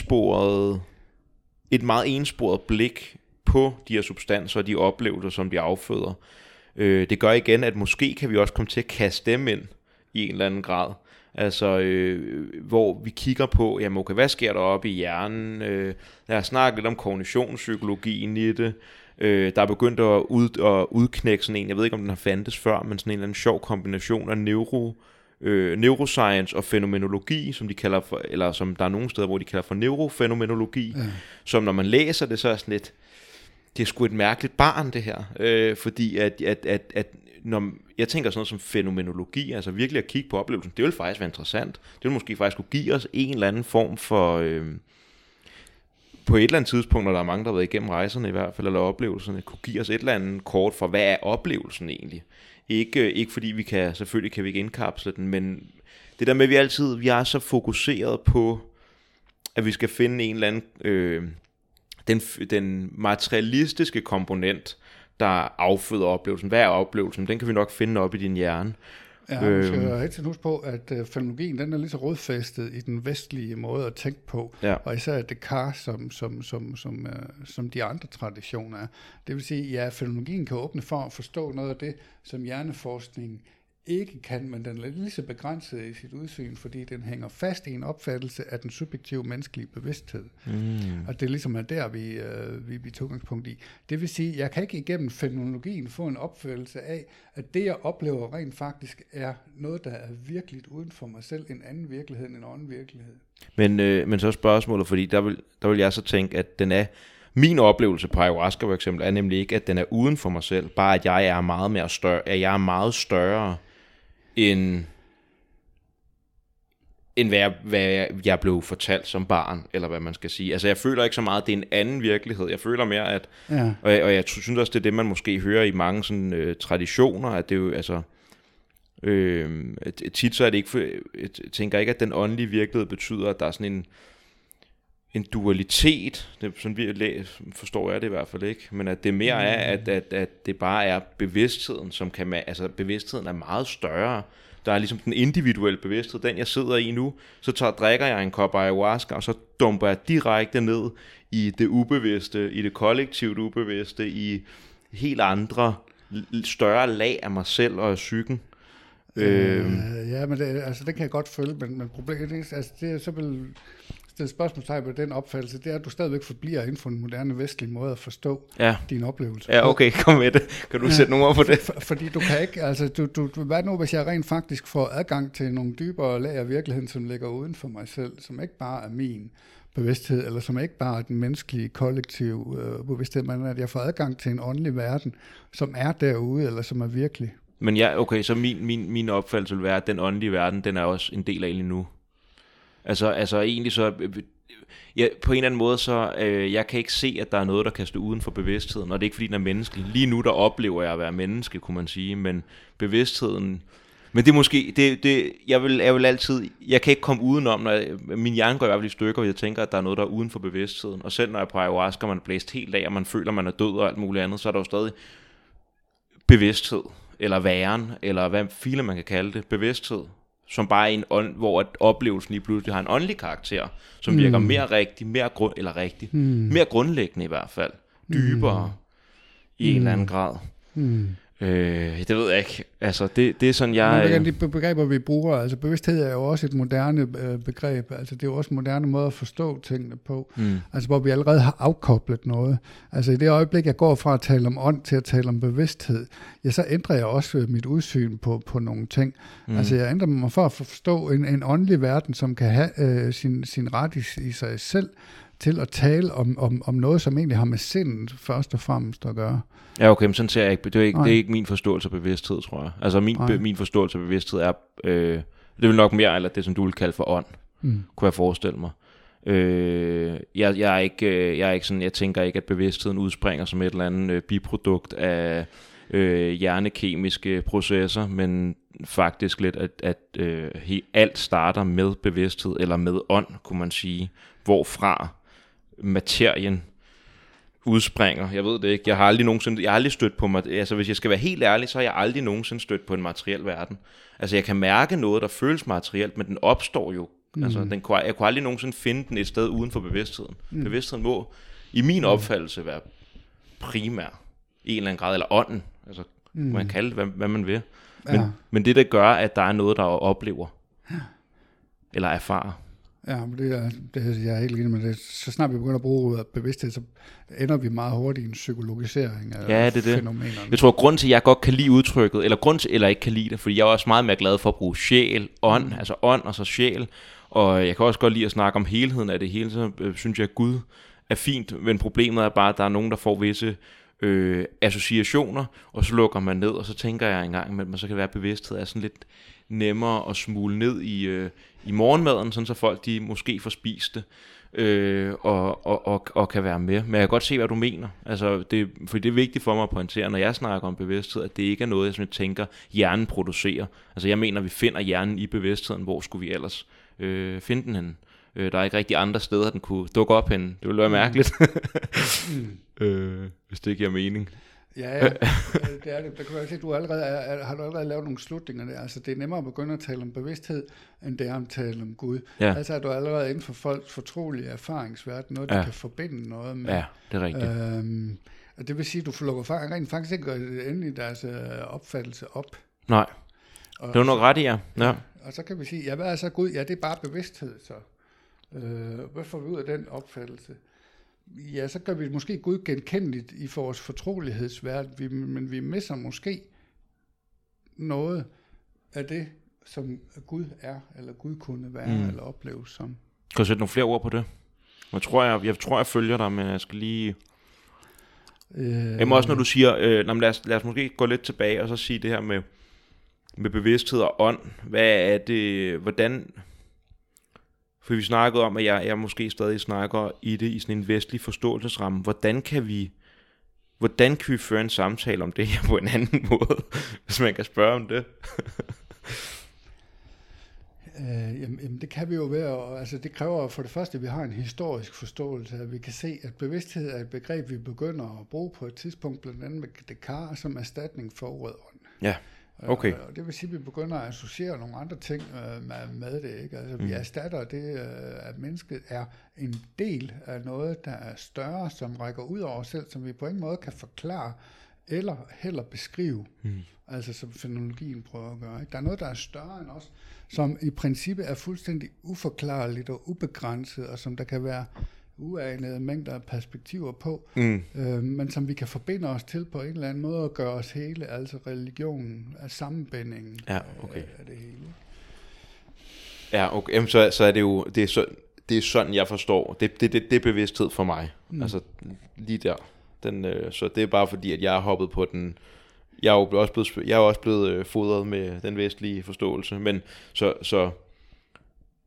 ensporet blik på de her substanser og de oplevelser, som de afføder. Det gør igen, at måske kan vi også komme til at kaste dem ind i en eller anden grad. Altså, hvor vi kigger på, jamen okay, hvad sker der oppe i hjernen? Jeg har snakket lidt om kognitionspsykologien i det. Der er begyndt at udknække sådan en, jeg ved ikke om den har fandtes før, men sådan en eller anden sjov kombination af neuroscience og fænomenologi, som de kalder for, eller som der er nogle steder, hvor de kalder for neurofænomenologi, som når man læser det, så er sådan lidt, det er sgu et mærkeligt barn det her, fordi at når jeg tænker sådan noget som fænomenologi, altså virkelig at kigge på oplevelsen, det vil faktisk være interessant. Det vil måske faktisk kunne give os en eller anden form for, på et eller andet tidspunkt, når der er mange, der har været igennem rejserne i hvert fald, eller oplevelserne, kunne give os et eller andet kort for, hvad er oplevelsen egentlig? Ikke fordi selvfølgelig kan vi ikke indkapsle den, men det der med, at vi er så fokuseret på, at vi skal finde en eller anden, den materialistiske komponent, der afføder oplevelsen. Hvad er oplevelsen? Den kan vi nok finde op i din hjerne. Ja, vi skal rigtig huske på, at fænomenologien, den er lige så rodfæstet i den vestlige måde at tænke på, og især Descartes som de andre traditioner er. Det vil sige, at fænomenologien kan åbne for at forstå noget af det, som hjerneforskningen ikke kan, men den er lige så begrænset i sit udsyn, fordi den hænger fast i en opfattelse af den subjektive menneskelige bevidsthed. Og det ligesom er der, vi tog udgangspunkt i. Det vil sige, jeg kan ikke igennem fænomenologien få en opfattelse af, at det, jeg oplever rent faktisk, er noget, der er virkeligt uden for mig selv, en anden virkelighed end en anden virkelighed. Men så spørgsmålet, fordi der vil jeg så tænke, at den er, min oplevelse på ayahuasca for eksempel, er nemlig ikke, at den er uden for mig selv, bare at jeg er meget større, end hvad jeg blev fortalt som barn, eller hvad man skal sige. Altså, jeg føler ikke så meget, at det er en anden virkelighed. Jeg føler mere, at... Ja. Og jeg synes også, det er det, man måske hører i mange sådan, traditioner, at det jo, altså... tit så er det ikke... Jeg tænker ikke, at den åndelige virkelighed betyder, at der er sådan en dualitet. Sådan forstår jeg det i hvert fald ikke. Men at det mere er, at det bare er bevidstheden, som kan... Altså, bevidstheden er meget større. Der er ligesom den individuelle bevidsthed, den jeg sidder i nu. Så drikker jeg en kop ayahuasca, og så dumper jeg direkte ned i det ubevidste, i det kollektivt ubevidste, i helt andre, større lag af mig selv og af psyken. Ja, men det kan jeg godt følge, men problemet det er så vel... Det spørgsmålstegn på den opfattelse, det er, at du stadigvæk forbliver inden for en moderne vestlig måde at forstå din oplevelse. Ja, okay, kom med det. Kan du sætte nogle ord på det? Fordi du kan ikke, altså, hvad nu, hvis jeg rent faktisk får adgang til nogle dybere lag af virkeligheden, som ligger uden for mig selv, som ikke bare er min bevidsthed, eller som ikke bare er den menneskelige kollektiv bevidsthed, men at jeg får adgang til en åndelig verden, som er derude, eller som er virkelig. Men ja, okay, så min opfattelse vil være, at den åndelige verden, den er også en del af lige nu. Altså egentlig så... Ja, på en eller anden måde, så jeg kan ikke se, at der er noget, der kan stå uden for bevidstheden, og det er ikke, fordi den er menneskelig. Lige nu, der oplever jeg at være menneske, kunne man sige, men bevidstheden... Men det er måske... Jeg vil altid... Jeg kan ikke komme udenom, når min hjerne går i hvert fald i stykker, og jeg tænker, at der er noget, der er uden for bevidstheden. Og selv når jeg på ayahuasca, man er blæst helt af, og man føler, man er død og alt muligt andet, så er der jo stadig bevidsthed, eller væren, eller hvad filer man kan kalde det, bevidsthed, som bare er en ånd, hvor oplevelsen lige pludselig har en åndelig karakter, som virker mere rigtig, mere grundlæggende i hvert fald, dybere i en eller anden grad. Det ved jeg ikke. Altså, det er sådan, de begreber, vi bruger, altså bevidsthed er jo også et moderne begreb, altså det er jo også en moderne måde at forstå tingene på, altså hvor vi allerede har afkoblet noget. Altså i det øjeblik, jeg går fra at tale om ånd til at tale om bevidsthed, ja, så ændrer jeg også mit udsyn på nogle ting. Altså jeg ændrer mig for at forstå en åndelig verden, som kan have sin ret i sig selv, til at tale om noget, som egentlig har med sindet først og fremmest at gøre. Ja, okay, men sådan ser jeg ikke. Det er ikke min forståelse af bevidsthed, tror jeg. Altså min forståelse af bevidsthed er, det vil nok mere, eller det, som du vil kalde for ånd, kunne jeg forestille mig. Jeg er ikke sådan, jeg tænker ikke, at bevidstheden udspringer som et eller andet biprodukt af hjernekemiske processer, men faktisk lidt, at alt starter med bevidsthed, eller med ånd, kunne man sige, hvorfra materien udspringer. Jeg ved det ikke. Jeg har aldrig stødt på mig. Altså hvis jeg skal være helt ærlig, så har jeg aldrig nogensinde stødt på en materiel verden. Altså jeg kan mærke noget, der føles materielt, men den opstår jo. Altså jeg kunne aldrig nogensinde finde den et sted uden for bevidstheden. Bevidstheden må i min opfattelse være primær i en eller anden grad, eller ånden. Altså man kan kalde det, hvad man vil. Men det gør, at der er noget, der oplever. Eller erfarer. Ja, men jeg er helt enig med det. Så snart vi begynder at bruge bevidsthed, så ender vi meget hurtigt i en psykologisering af fænomenerne. Jeg tror, grund til, at jeg godt kan lide udtrykket, eller ikke kan lide det, fordi jeg er også meget mere glad for at bruge sjæl, ånd, altså ånd og så sjæl, og jeg kan også godt lide at snakke om helheden af det hele, så synes jeg, at Gud er fint, men problemet er bare, at der er nogen, der får visse associationer, og så lukker man ned, og så tænker jeg engang, at så kan det være, at bevidsthed er sådan lidt nemmere at smule ned i morgenmaden, sådan så folk de måske får spist det og kan være med. Men jeg kan godt se, hvad du mener. Altså, for det er vigtigt for mig at pointere, når jeg snakker om bevidsthed, at det ikke er noget, jeg tænker, hjernen producerer. Altså jeg mener, at vi finder hjernen i bevidstheden. Hvor skulle vi ellers finde den henne? Der er ikke rigtig andre steder, den kunne dukke op henne. Det ville være mærkeligt, hvis det giver mening. Ja, det er det. Der kan jeg se, du har du allerede lavet nogle slutninger der. Altså, det er nemmere at begynde at tale om bevidsthed, end det er at tale om Gud. Ja. Altså er du allerede inden for folks fortrolige erfaringsverden, noget, der kan forbinde noget med. Ja, det er rigtigt. Og det vil sige, at du lukker rent faktisk ikke endelig deres opfattelse op. Nej, og det er nok ret i, ja. Og så kan vi sige, ja, hvad er så Gud? Ja, det er bare bevidsthed, så. Hvad får vi ud af den opfattelse? Ja, så gør vi måske Gud genkendeligt i vores fortrolighedsverden, men vi misser måske noget af det, som Gud er, eller Gud kunne være, eller opleves som. Kan du sætte nogle flere ord på det? Jeg tror, jeg følger dig, men jeg skal lige... Jamen også når du siger, lad os måske gå lidt tilbage, og så sige det her med bevidsthed og ånd. Hvad er det, hvordan... For vi snakkede om, at jeg måske stadig snakker i det i sådan en vestlig forståelsesramme. Hvordan kan vi føre en samtale om det her på en anden måde, hvis man kan spørge om det? Jamen det kan vi jo være, altså det kræver for det første, at vi har en historisk forståelse, at vi kan se, at bevidsthed er et begreb, vi begynder at bruge på et tidspunkt, blandt andet med Descartes, som erstatning for ordet ånd. Ja. Okay. Og det vil sige, at vi begynder at associere nogle andre ting med det, ikke? Altså vi erstatter det, at mennesket er en del af noget, der er større, som rækker ud over os selv, som vi på ingen måde kan forklare, eller heller beskrive. Altså som fænomenologien prøver at gøre, ikke? Der er noget, der er større end os, som i princippet er fuldstændig uforklarligt og ubegrænset, og som der kan være uanede mængder af perspektiver på, men som vi kan forbinde os til på en eller anden måde og gøre os hele, altså religionen af sammenbindingen af det hele. Ja, okay. Jamen, så er det jo, det er sådan, jeg forstår. Det er bevidsthed for mig. Altså lige der. Så det er bare fordi, at jeg har hoppet på den. Jeg er også blevet fodret med den vestlige forståelse, men så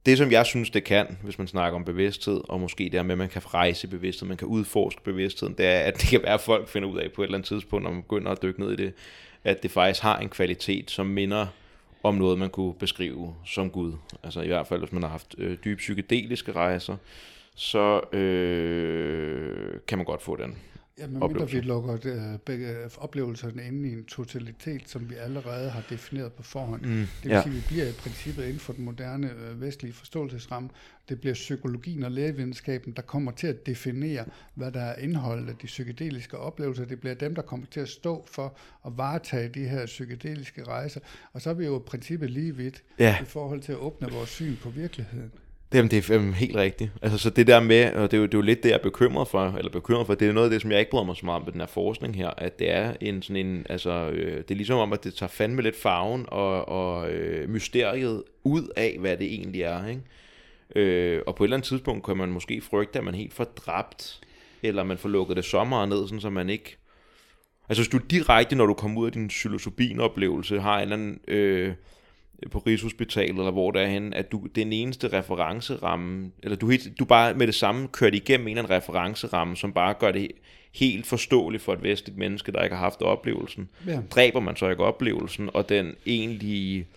det, som jeg synes, det kan, hvis man snakker om bevidsthed, og måske det med, at man kan rejse bevidsthed, man kan udforske bevidstheden, det er, at det kan være, at folk finder ud af på et eller andet tidspunkt, når man begynder at dykke ned i det, at det faktisk har en kvalitet, som minder om noget, man kunne beskrive som Gud. Altså i hvert fald, hvis man har haft dybe psykedeliske rejser, så kan man godt få den. Ja, men mindre vi lukker begge oplevelserne inde i en totalitet, som vi allerede har defineret på forhånd. Det vil sige, at vi bliver i princippet inden for den moderne vestlige forståelsesramme. Det bliver psykologien og lægevidenskaben, der kommer til at definere, hvad der er indholdet af de psykedeliske oplevelser. Det bliver dem, der kommer til at stå for at varetage de her psykedeliske rejser. Og så er vi jo i princippet lige vidt i forhold til at åbne vores syn på virkeligheden. Jamen, det er helt rigtigt. Altså, så det der med, og det er jo lidt det, jeg er bekymret for, det er noget af det, som jeg ikke bryder mig så meget om med den her forskning her, at det er det er ligesom om, at det tager fandme lidt farven og mysteriet ud af, hvad det egentlig er, ikke? Og på et eller andet tidspunkt kan man måske frygte, at man helt får dræbt, eller man får lukket det sommeren ned, sådan så man ikke... Altså, hvis du direkte, når du kommer ud af din psilocybin-oplevelse, har en eller anden... på Rigshospitalet, eller hvor der er henne, at du den eneste referenceramme, eller du bare med det samme kørt igennem en eller anden referenceramme, som bare gør det helt forståeligt for et vestligt menneske, der ikke har haft oplevelsen. Ja. Dræber man så ikke oplevelsen, og den egentlige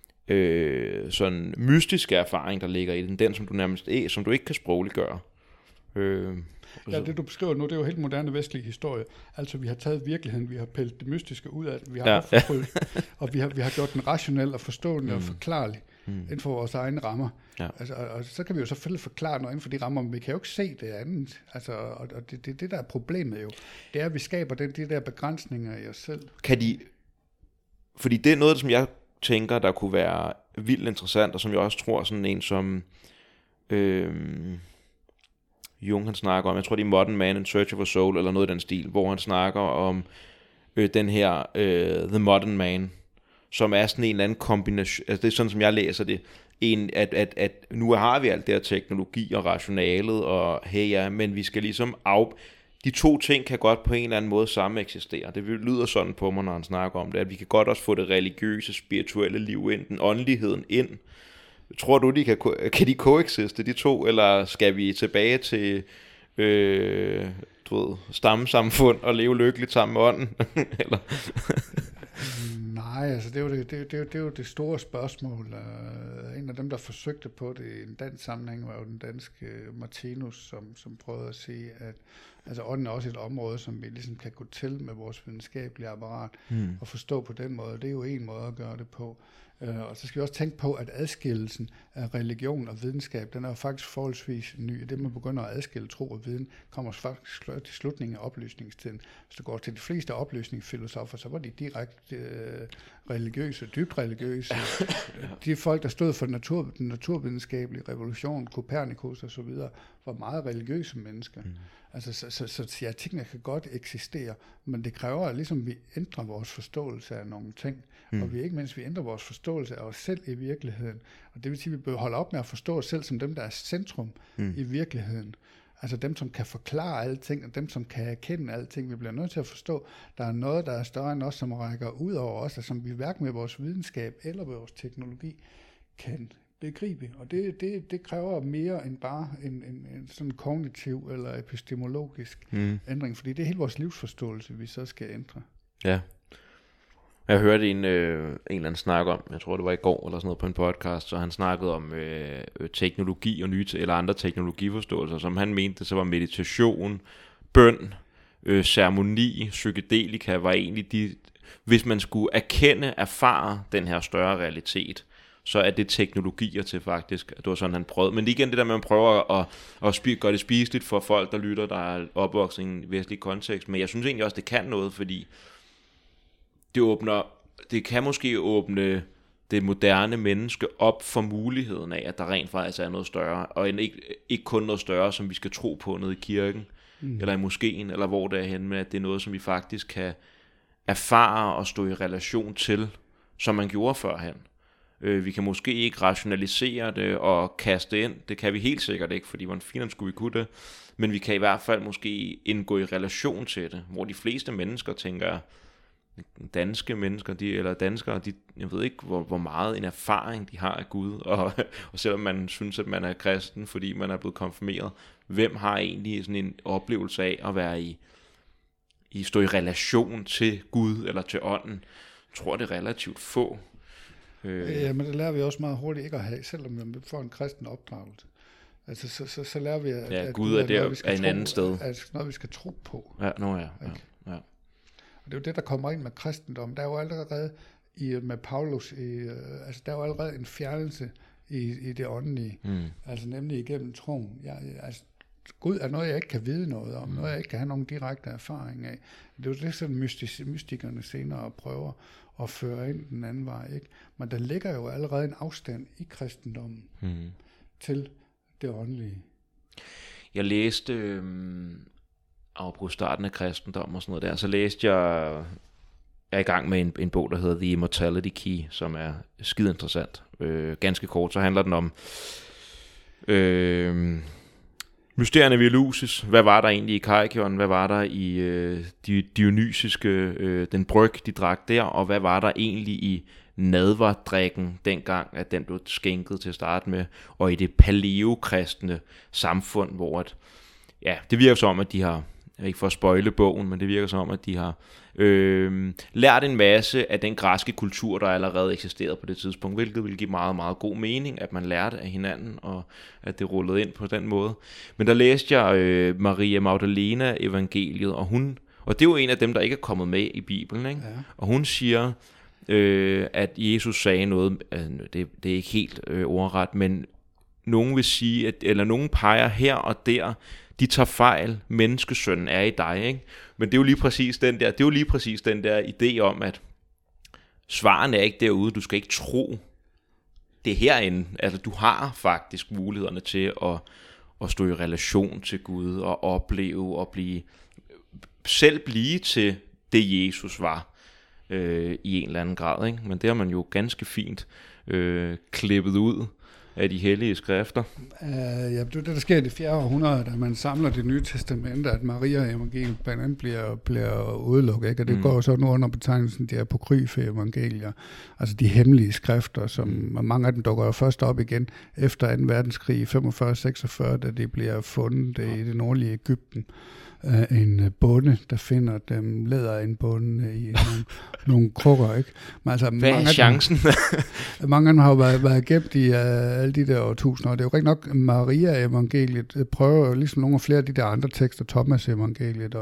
sådan mystiske erfaring, der ligger i den som du nærmest som du ikke kan sprogliggøre. Ja, det du beskriver nu, det er jo helt moderne vestlig historie. Altså, vi har taget virkeligheden, vi har pillet det mystiske ud af den, vi har forfulgt, og vi har gjort den rationel og forstående og forklarlig inden for vores egne rammer. Ja. Altså, og så kan vi jo selvfølgelig forklare noget inden for de rammer, men vi kan jo ikke se det andet. Altså, og det der er problemet jo, det er, at vi skaber de der begrænsninger i os selv. Fordi det er noget, som jeg tænker, der kunne være vildt interessant, og som jeg også tror, sådan en som... Jung han snakker om, jeg tror det er Modern Man in Search of a Soul, eller noget i den stil, hvor han snakker om den her The Modern Man, som er sådan en eller anden kombination, altså det er sådan som jeg læser det, at nu har vi alt det her teknologi og rationalet, og men vi skal ligesom de to ting kan godt på en eller anden måde samme eksistere. Det lyder sådan på mig, når han snakker om det, at vi kan godt også få det religiøse, spirituelle liv ind, den åndeligheden ind. Tror du, kan de koexiste, de to, eller skal vi tilbage til stammesamfund og leve lykkeligt sammen med ånden? Eller? Nej, altså det er jo det store spørgsmål. En af dem, der forsøgte på det i en dansk sammenhæng, var jo den danske Martinus, som prøvede at sige, at altså ånden er også et område, som vi ligesom kan gå til med vores videnskabelige apparat og forstå på den måde. Det er jo en måde at gøre det på. Og så skal vi også tænke på, at adskillelsen af religion og videnskab, den er jo faktisk forholdsvis ny. Det, man begynder at adskille tro og viden, kommer faktisk til slutningen af oplysningstiden. Hvis du går til de fleste oplysningsfilosofer, så var de direkte religiøse, dybt religiøse. De folk, der stod for den naturvidenskabelige revolution, Copernicus og så videre, var meget religiøse mennesker. Altså, så ja, tingene kan godt eksistere, men det kræver, at ligesom vi ændrer vores forståelse af nogle ting, og vi ikke mindst vi ændrer vores forståelse af os selv i virkeligheden. Og det vil sige, at vi bør holde op med at forstå os selv som dem, der er centrum i virkeligheden. Altså dem, som kan forklare alting, og dem, som kan erkende alting. Vi bliver nødt til at forstå, at der er noget, der er større end os, som rækker ud over os, og som vi hverken med vores videnskab eller med vores teknologi kan begribe. Og det kræver mere end bare en sådan kognitiv eller epistemologisk ændring, fordi det er hele vores livsforståelse, vi så skal ændre. Ja. Jeg hørte en eller anden snak om, jeg tror det var i går eller sådan noget på en podcast, så han snakkede om teknologi og eller andre teknologiforståelser, som han mente, så var meditation, bøn, ceremoni, psykedelika var egentlig hvis man skulle erfare den her større realitet, så er det teknologier til faktisk, det var sådan han prøvede. Men igen det der med, at man prøver at gøre det spiseligt for folk, der lytter, der er opvokset i en vestlig kontekst, men jeg synes egentlig også, det kan noget, fordi det kan måske åbne det moderne menneske op for muligheden af, at der rent faktisk er noget større, og ikke kun noget større, som vi skal tro på nede i kirken, eller i moskeen, eller hvor det er henne, men at det er noget, som vi faktisk kan erfare og stå i relation til, som man gjorde førhen. Vi kan måske ikke rationalisere det og kaste ind, det kan vi helt sikkert ikke, fordi hvordan fint skulle vi kunne det, men vi kan i hvert fald måske indgå i relation til det, hvor de fleste mennesker tænker, danske mennesker, eller danskere, jeg ved ikke, hvor meget en erfaring de har af Gud, og selvom man synes, at man er kristen, fordi man er blevet konfirmeret, hvem har egentlig sådan en oplevelse af at være stå i relation til Gud, eller til ånden? Jeg tror, det er relativt få. Ja, men det lærer vi også meget hurtigt ikke at have, selvom vi får en kristen opdragelse. Altså, så lærer vi, at Gud er der er en anden sted. Altså noget, vi skal tro på. Ja. Og det er jo det, der kommer ind med kristendom. Der er jo allerede med Paulus, altså der er jo allerede en fjernelse i det åndelige. Altså nemlig igennem troen. Altså, Gud er noget, jeg ikke kan vide noget om, noget, jeg ikke kan have nogen direkte erfaring af. Det er jo det, som mystikerne senere prøver at føre ind den anden vej, ikke? Men der ligger jo allerede en afstand i kristendommen til det åndelige. Jeg læste på starten af kristendom og sådan noget der, så læste jeg er i gang med en bog, der hedder The Immortality Key, som er skide interessant. Ganske kort, så handler den om mysterierne ved Eleusis. Hvad var der egentlig i Kaikion? Hvad var der i de dionysiske, den bryg, de drak der? Og hvad var der egentlig i nadverdrikken dengang, at den blev skænket til at starte med? Og i det paleokristne samfund, hvor det virker som, at de har, ikke for at spoile bogen, men det virker som, at de har lært en masse af den græske kultur, der allerede eksisterede på det tidspunkt, hvilket ville give meget, meget god mening, at man lærte af hinanden, og at det rullede ind på den måde. Men der læste jeg Maria Magdalena evangeliet, og det er jo en af dem, der ikke er kommet med i Bibelen, ikke? Ja. Og hun siger, at Jesus sagde noget, det er ikke helt ordret, men nogen vil sige, eller nogen peger her og der, de tager fejl, menneskesønnen er i dig, ikke? Men det er jo lige præcis den der idé om, at svaren er ikke derude, du skal ikke tro det herinde. Altså du har faktisk mulighederne til at stå i relation til Gud og opleve og blive til det Jesus var i en eller anden grad, ikke? Men det har man jo ganske fint klippet ud af de hellige skrifter. Ja, det er det, der sker i det 4. århundrede, da man samler det nye testamente, at Maria evangeliet blandt andet bliver udelukket, ikke? Og det går så nu under betegnelsen de apokryfe evangelier, altså de hemmelige skrifter, som mange af dem dukker jo først op igen efter 2. verdenskrig i 45-46, da de bliver fundet i det nordlige Egypten. En bonde, der finder dem, leder en bonde i nogle krukker, ikke? Men altså, hvad er chancen? Mange af dem har jo været gemt i alle de der årtusinder, og det er jo rigtig nok, Maria-evangeliet prøver jo ligesom nogle af flere af de der andre tekster, Thomas-evangeliet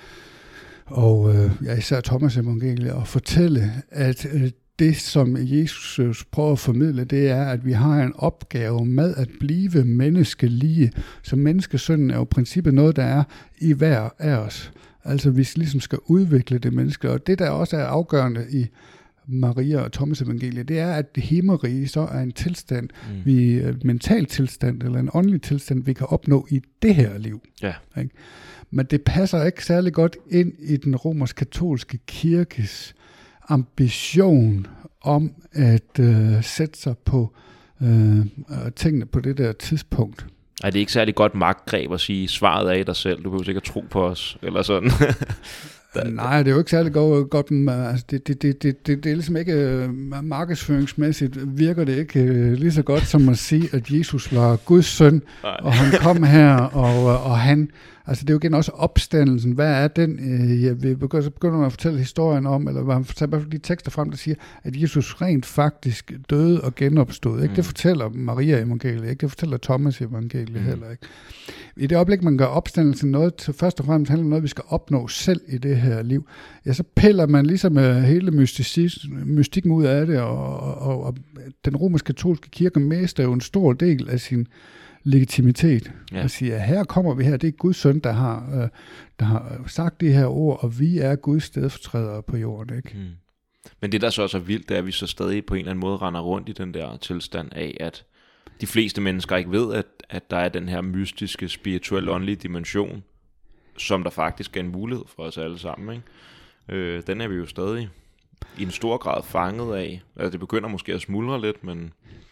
og især Thomas-evangeliet, at fortælle, at det, som Jesus prøver at formidle, det er, at vi har en opgave med at blive menneskelige. Så menneskesønnen er jo i princippet noget, der er i hver af os. Altså vi ligesom skal udvikle det menneske. Og det, der også er afgørende i Maria og Thomas evangeliet, det er, at det himmerige så er en tilstand, en mental tilstand eller en åndelig tilstand, vi kan opnå i det her liv. Ja. Ikke? Men det passer ikke særlig godt ind i den romersk-katolske kirkes ambition om at sætte sig på tingene på det der tidspunkt. Er det ikke særlig godt magtgreb at sige, svaret er i dig selv, du behøver ikke at tro på os, eller sådan? Nej, det er jo ikke særlig godt, men altså, det er ligesom ikke markedsføringsmæssigt, virker det ikke lige så godt som at sige, at Jesus var Guds søn, og han kom her, og han, altså det er jo igen også opstandelsen, hvad er den, vi begynder at fortælle historien om, eller man tager de tekster frem, der siger, at Jesus rent faktisk døde og genopstod, ikke? Det fortæller Maria evangeliet, ikke? Det fortæller Thomas evangeliet heller ikke. I det øjeblik, man gør opstandelsen noget, først og fremmest handler noget, vi skal opnå selv i det her liv, ja, så piller man ligesom hele mystikken ud af det, og den romersk-katolske kirke mister jo en stor del af sin legitimitet. Ja. Og siger, her kommer vi her, det er Guds søn, der har sagt de her ord, og vi er Guds stedfortrædere på jorden, ikke? Men det, der så også er vildt, det er, at vi så stadig på en eller anden måde render rundt i den der tilstand af, at de fleste mennesker ikke ved, at der er den her mystiske, spirituelle, åndelige dimension, som der faktisk er en mulighed for os alle sammen, ikke? Den er vi jo stadig i en stor grad fanget af. Altså, det begynder måske at smuldre lidt, men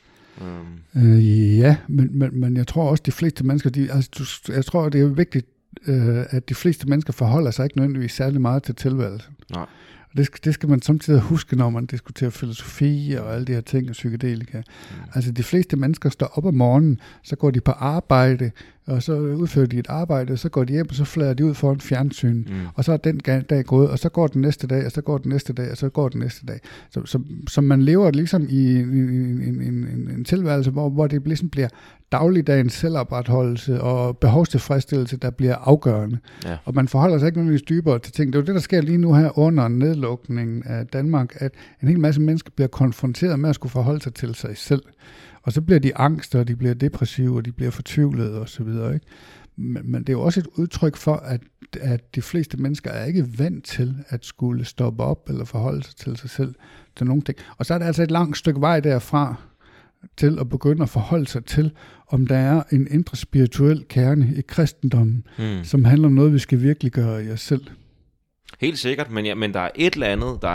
ja, men jeg tror også, de fleste mennesker, jeg tror, det er vigtigt, at de fleste mennesker forholder sig ikke nødvendigvis særlig meget til tilværelsen. Nej. Og det skal man samtidig huske, når man diskuterer filosofi og alle de her ting og psykedelika. Altså de fleste mennesker står op om morgenen, så går de på arbejde, og så udfører de et arbejde, og så går de hjem, og så flader de ud foran fjernsyn. Og så er den dag gået, og så går den næste dag, og så går den næste dag, og så går den næste dag. Så man lever ligesom i en tilværelse, hvor det ligesom bliver dagligdagens selvopretholdelse og behovstilfredsstillelse, der bliver afgørende. Ja. Og man forholder sig ikke nødvendigvis dybere til ting. Det er jo det, der sker lige nu her under nedlukningen af Danmark, at en hel masse mennesker bliver konfronteret med at skulle forholde sig til sig selv. Og så bliver de angst, og de bliver depressive, og de bliver fortvivlede og så videre, ikke? Men det er jo også et udtryk for, at de fleste mennesker er ikke vant til at skulle stoppe op eller forholde sig til sig selv til nogle ting. Og så er der altså et langt stykke vej derfra til at begynde at forholde sig til, om der er en indre spirituel kerne i kristendommen, som handler om noget, vi skal virkelig gøre i os selv. Helt sikkert, men der er et eller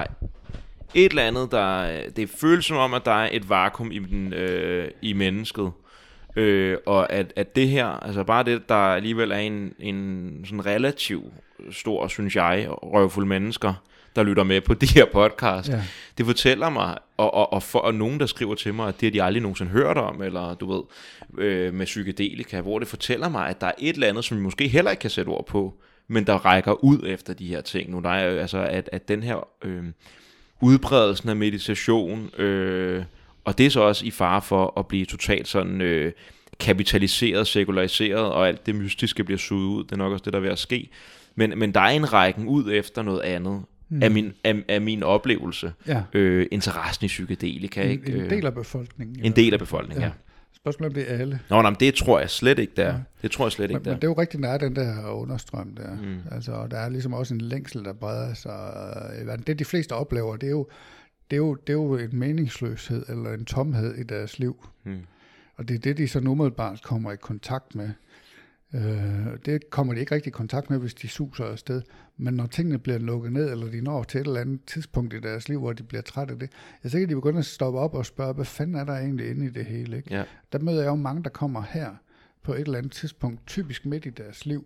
andet, det føles som om, at der er et vakuum i mennesket. Og at det her, altså bare det, der alligevel er en sådan relativt stor, synes jeg, røvfuld mennesker, der lytter med på de her podcast, det fortæller mig, og nogen, der skriver til mig, at det har de aldrig nogensinde hørt om, eller du ved, med psykedelika, hvor det fortæller mig, at der er et eller andet, som vi måske heller ikke kan sætte ord på, men der rækker ud efter de her ting. Nu der er altså, at den her udbredelsen af meditation, og det er så også i fare for at blive totalt sådan kapitaliseret, sekulariseret, og alt det mystiske bliver suget ud. Det er nok også det, der er ved at ske. Men der er en rækken ud efter noget andet, af min oplevelse. Interessen i psykedelika. En del af befolkningen. En del af befolkningen, ja. Spørgsmålet om det er alle. Nå, det tror jeg slet ikke, der. Det tror jeg slet ikke, der. Men det er jo rigtigt, der er den der understrøm der. Altså, der er ligesom også en længsel, der breder sig. Det de fleste oplever, det er jo en meningsløshed eller en tomhed i deres liv. Og det er det, de så umiddelbart kommer i kontakt med. Det kommer de ikke rigtig i kontakt med, hvis de suser afsted. Men når tingene bliver lukket ned, eller de når til et eller andet tidspunkt i deres liv, hvor de bliver trætte af det, så kan de begynde at stoppe op og spørge, hvad fanden er der egentlig inde i det hele? Ikke? Ja. Der møder jeg jo mange, der kommer her på et eller andet tidspunkt, typisk midt i deres liv,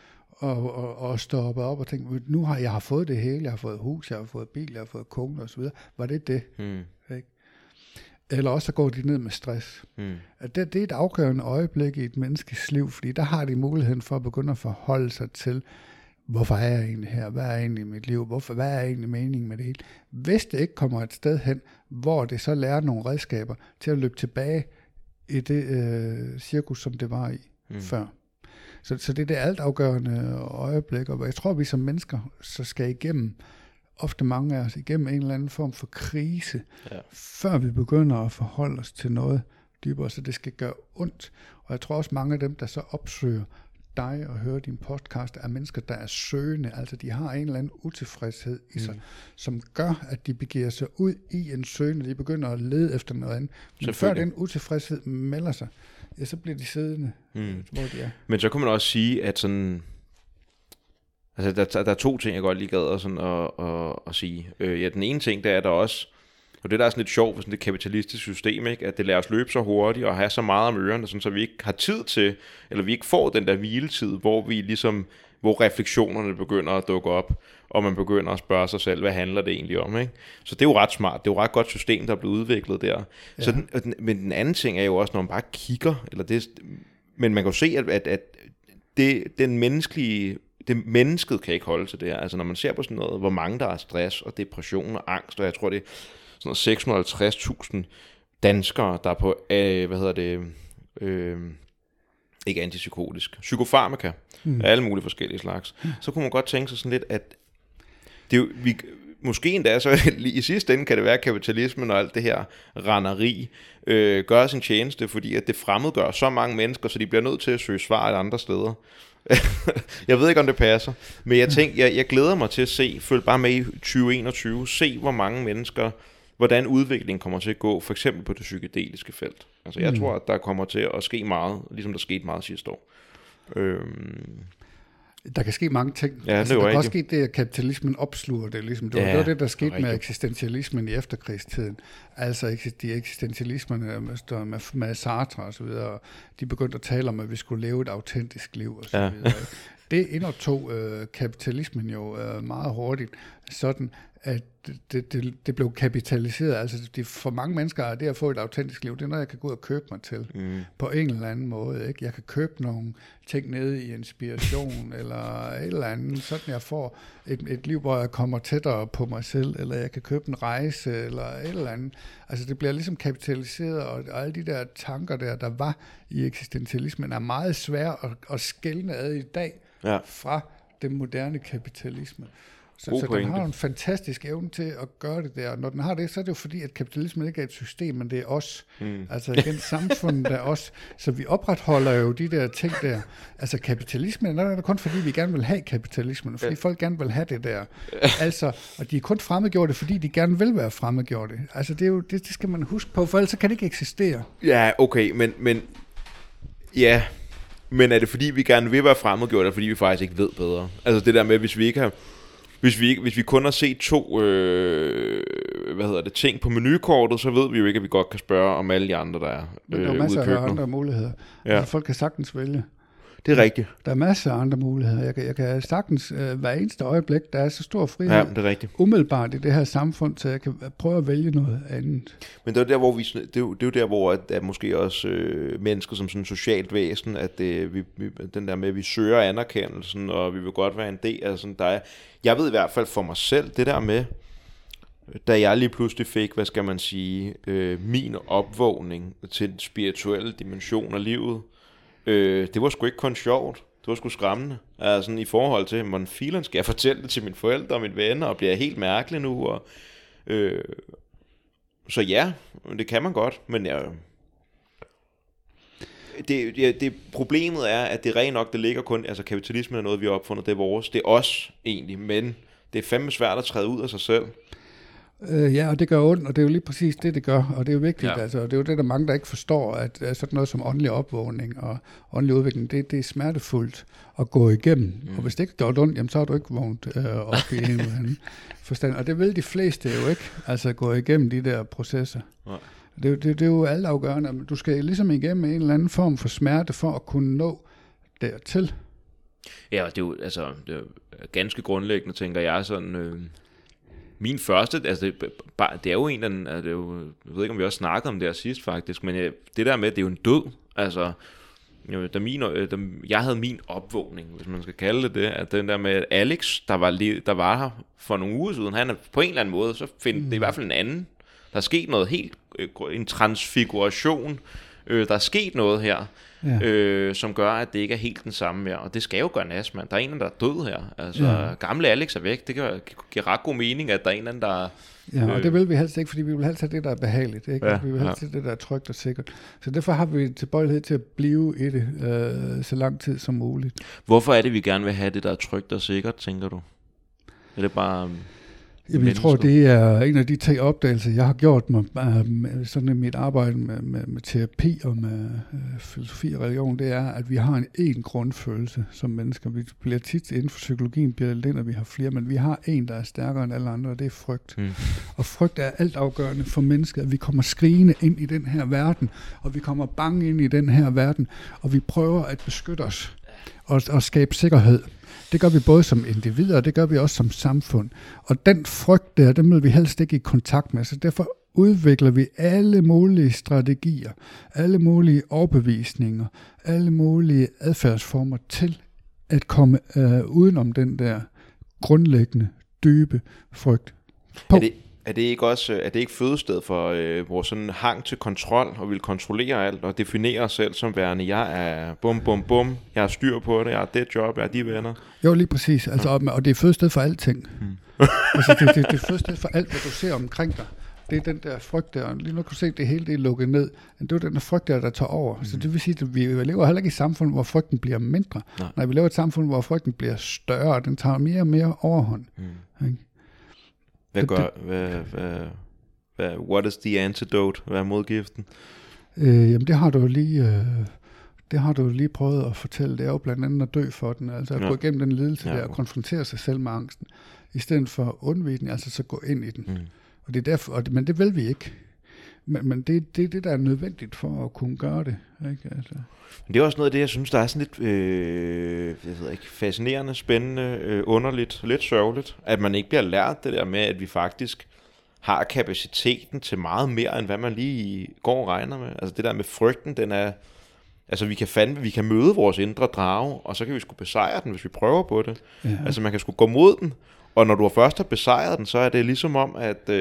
og stoppe op og tænke, nu har jeg fået det hele, jeg har fået hus, jeg har fået bil, jeg har fået kone osv. Var det det? Ikke? Eller også så går de ned med stress. At det er et afgørende øjeblik i et menneskes liv, fordi der har de muligheden for at begynde at forholde sig til, hvorfor er jeg egentlig her? Hvad er egentlig mit liv? Hvad er egentlig meningen med det hele? Hvis det ikke kommer et sted hen, hvor det så lærer nogle redskaber til at løbe tilbage i det cirkus, som det var i før. Så det er det altafgørende øjeblik, og jeg tror, vi som mennesker så skal igennem, ofte mange af os, igennem en eller anden form for krise, før vi begynder at forholde os til noget dybere, så det skal gøre ondt. Og jeg tror også, mange af dem, der så opsøger dig og hører din podcast, er mennesker, der er søgende, altså de har en eller anden utilfredshed i sig, som gør, at de begiver sig ud i en søgende, de begynder at lede efter noget andet. Men før den utilfredshed melder sig, så bliver de siddende, hvor de er. Men så kunne man også sige, at sådan, altså der er to ting, jeg godt lige gad sådan at sige. Den ene ting, der er der også, og det der er sådan lidt sjovt for sådan det kapitalistiske system, ikke? At det lader os løbe så hurtigt og have så meget om ørerne, sådan, så vi ikke har tid til, eller vi ikke får den der hviletid, hvor vi ligesom, hvor refleksionerne begynder at dukke op, og man begynder at spørge sig selv, hvad handler det egentlig om, ikke? Så det er jo ret smart, det er jo ret godt system, der er blevet udviklet der. Ja. Så men den anden ting er jo også, når man bare kigger, men man kan jo se, at mennesket kan ikke holde til det her. Altså når man ser på sådan noget, hvor mange der er stress og depression og angst, og jeg tror det er sådan 650.000 danskere, der er på, ikke antipsykotisk, psykofarmaka, alle mulige forskellige slags, så kunne man godt tænke sig sådan lidt, at det måske endda så i sidste ende kan det være, at kapitalismen og alt det her randeri gør sin tjeneste, fordi at det fremmedgør så mange mennesker, så de bliver nødt til at søge svar et andre steder. Jeg ved ikke, om det passer, men jeg glæder mig til at følge bare med i 2021, se hvor mange mennesker, hvordan udviklingen kommer til at gå, for eksempel på det psykedeliske felt. Altså jeg tror, at der kommer til at ske meget, ligesom der skete meget sidste år. Der kan ske mange ting. Ja, der kan også ske det, at kapitalismen opsluger det. Ligesom. Det var det, der skete med eksistentialismen i efterkrigstiden. Altså de eksistentialismerne med Sartre og så videre. De begyndte at tale om, at vi skulle leve et autentisk liv og så videre. Det indoptog kapitalismen jo meget hurtigt, sådan at det blev kapitaliseret. Altså for mange mennesker er det at få et autentisk liv, det er noget, jeg kan gå ud og købe mig til på en eller anden måde. Ikke? Jeg kan købe nogle ting nede i Inspiration eller et eller andet, sådan jeg får et liv, hvor jeg kommer tættere på mig selv, eller jeg kan købe en rejse eller et eller andet. Altså det bliver ligesom kapitaliseret, og alle de der tanker der var i eksistentialismen, er meget svære at skelne ad i dag fra den moderne kapitalisme. Så den har en fantastisk evne til at gøre det der. Når den har det, så er det jo fordi, at kapitalismen ikke er et system, men det er os. Altså igen, samfundet er os. Så vi opretholder jo de der ting der. Altså kapitalismen er der kun fordi, vi gerne vil have kapitalismen, fordi folk gerne vil have det der. Altså, og de er kun fremmedgjorte, fordi de gerne vil være fremmedgjorte. Altså det er jo, det skal man huske på, for ellers så kan det ikke eksistere. Ja, okay, men er det fordi, vi gerne vil være fremmedgjorte, eller fordi vi faktisk ikke ved bedre? Altså det der med, hvis vi kun har set 2 ting på menukortet, så ved vi jo ikke, at vi godt kan spørge om alle de andre, der er men der er masser af andre muligheder. Ja. Altså, folk kan sagtens vælge. Det er rigtigt. Der er masser af andre muligheder. Jeg kan sagtens hver eneste øjeblik, der er så stor frihed. Ja, det er rigtigt. Umiddelbart i det her samfund, så jeg kan prøve at vælge noget andet. Men det er der, hvor det er jo der, hvor at måske også mennesker som sådan et socialt væsen, at den der med, at vi søger anerkendelsen, og vi vil godt være en del af sådan, der er. Jeg ved i hvert fald for mig selv, det der med, da jeg lige pludselig fik, hvad skal man sige, min opvågning til den spirituelle dimension af livet, det var sgu ikke kun sjovt. Det var sgu skræmmende. Altså i forhold til, hvordan filen skal jeg fortælle det til mine forældre og mine venner, og bliver helt mærkelig nu. Og, så ja, det kan man godt, men det problemet er, at det rent nok, det ligger kun, altså kapitalismen er noget, vi har opfundet, det er vores, det er os egentlig, men det er fandme svært at træde ud af sig selv. Ja, og det gør ondt, og det er jo lige præcis det gør, og det er jo vigtigt, altså, det er jo det, der mange, der ikke forstår, at sådan noget som åndelig opvågning og åndelig udvikling, det er smertefuldt at gå igennem, og hvis det ikke gør ondt, jamen, så har du ikke vågnet op i en eller anden forstand, og det vil de fleste jo ikke, altså gå igennem de der processer. Nej. Det er jo altafgørende, du skal ligesom igennem en eller anden form for smerte, for at kunne nå dertil. Ja, og det er jo, altså, det er ganske grundlæggende, tænker jeg, sådan... Min første, altså det er jo en af den, altså, jeg ved ikke, om vi også snakkede om det her sidst faktisk, men det der med, det er jo en død, altså, da jeg havde min opvågning, hvis man skal kalde det, at den der med Alex, der var her for nogle uger siden, han er på en eller anden måde, så finder det i hvert fald en anden, der er sket noget helt, en transfiguration, der er sket noget her, som gør, at det ikke er helt den samme mere. Og det skal jo gøre nas, mand. Der er en, der er død her. Altså, gamle Alex er væk. Det kan give ret god mening, at der er en, der... Ja, og det vil vi helst ikke, fordi vi vil helst have det, der er behageligt. Ikke? Ja, vi vil helst have det, der er trygt og sikkert. Så derfor har vi tilbøjelighed til at blive i det så lang tid som muligt. Hvorfor er det, vi gerne vil have det, der er trygt og sikkert, tænker du? Er det bare... Jamen, jeg tror, det er en af de 3 opdagelser, jeg har gjort mig sådan i mit arbejde med terapi og med filosofi og religion, det er, at vi har en grundfølelse som mennesker. Vi bliver tit inden for psykologien, bliver det at vi har flere, men vi har en, der er stærkere end alle andre, og det er frygt. Og frygt er altafgørende for mennesker, at vi kommer skrigende ind i den her verden, og vi kommer bange ind i den her verden, og vi prøver at beskytte os og skabe sikkerhed. Det gør vi både som individer, og det gør vi også som samfund. Og den frygt der, den vil vi helst ikke i kontakt med, så derfor udvikler vi alle mulige strategier, alle mulige overbevisninger, alle mulige adfærdsformer til at komme udenom den der grundlæggende, dybe frygt. Er det ikke også, er det ikke fødested for vores sådan hang til kontrol og vil kontrollere alt og definere os selv som værende, jeg er bum bum bum, jeg har styr på det, jeg har det job, jeg har de venner? Jo, lige præcis. Altså, og det er fødested for alting. Altså, det er fødested for alt, hvad du ser omkring dig. Det er den der frygt der. Lige nu kan du se, at det hele det er lukket ned. Men det er den der frygt der tager over. Så det vil sige, at vi lever heller ikke i et samfund, hvor frygten bliver mindre. Nej, vi lever i et samfund, hvor frygten bliver større, og den tager mere og mere overhånd. What is the antidote? Hvad er modgiften? Jamen det har du lige prøvet at fortælle. Det er jo blandt andet at dø for den. Altså at gå igennem den lidelse der og konfrontere sig selv med angsten. I stedet for undvigning, altså så gå ind i den. Og det er derfor, men det vil vi ikke. Men det er det, der er nødvendigt for at kunne gøre det. Ikke? Altså. Men det er også noget af det, jeg synes, der er sådan lidt jeg ved ikke, fascinerende, spændende, underligt, lidt sørgeligt, at man ikke bliver lært det der med, at vi faktisk har kapaciteten til meget mere, end hvad man lige går og regner med. Altså det der med frygten, den er... Altså vi kan møde vores indre drage, og så kan vi sgu besejre den, hvis vi prøver på det. Ja. Altså man kan sgu gå mod den, og når du først har besejret den, så er det ligesom om, at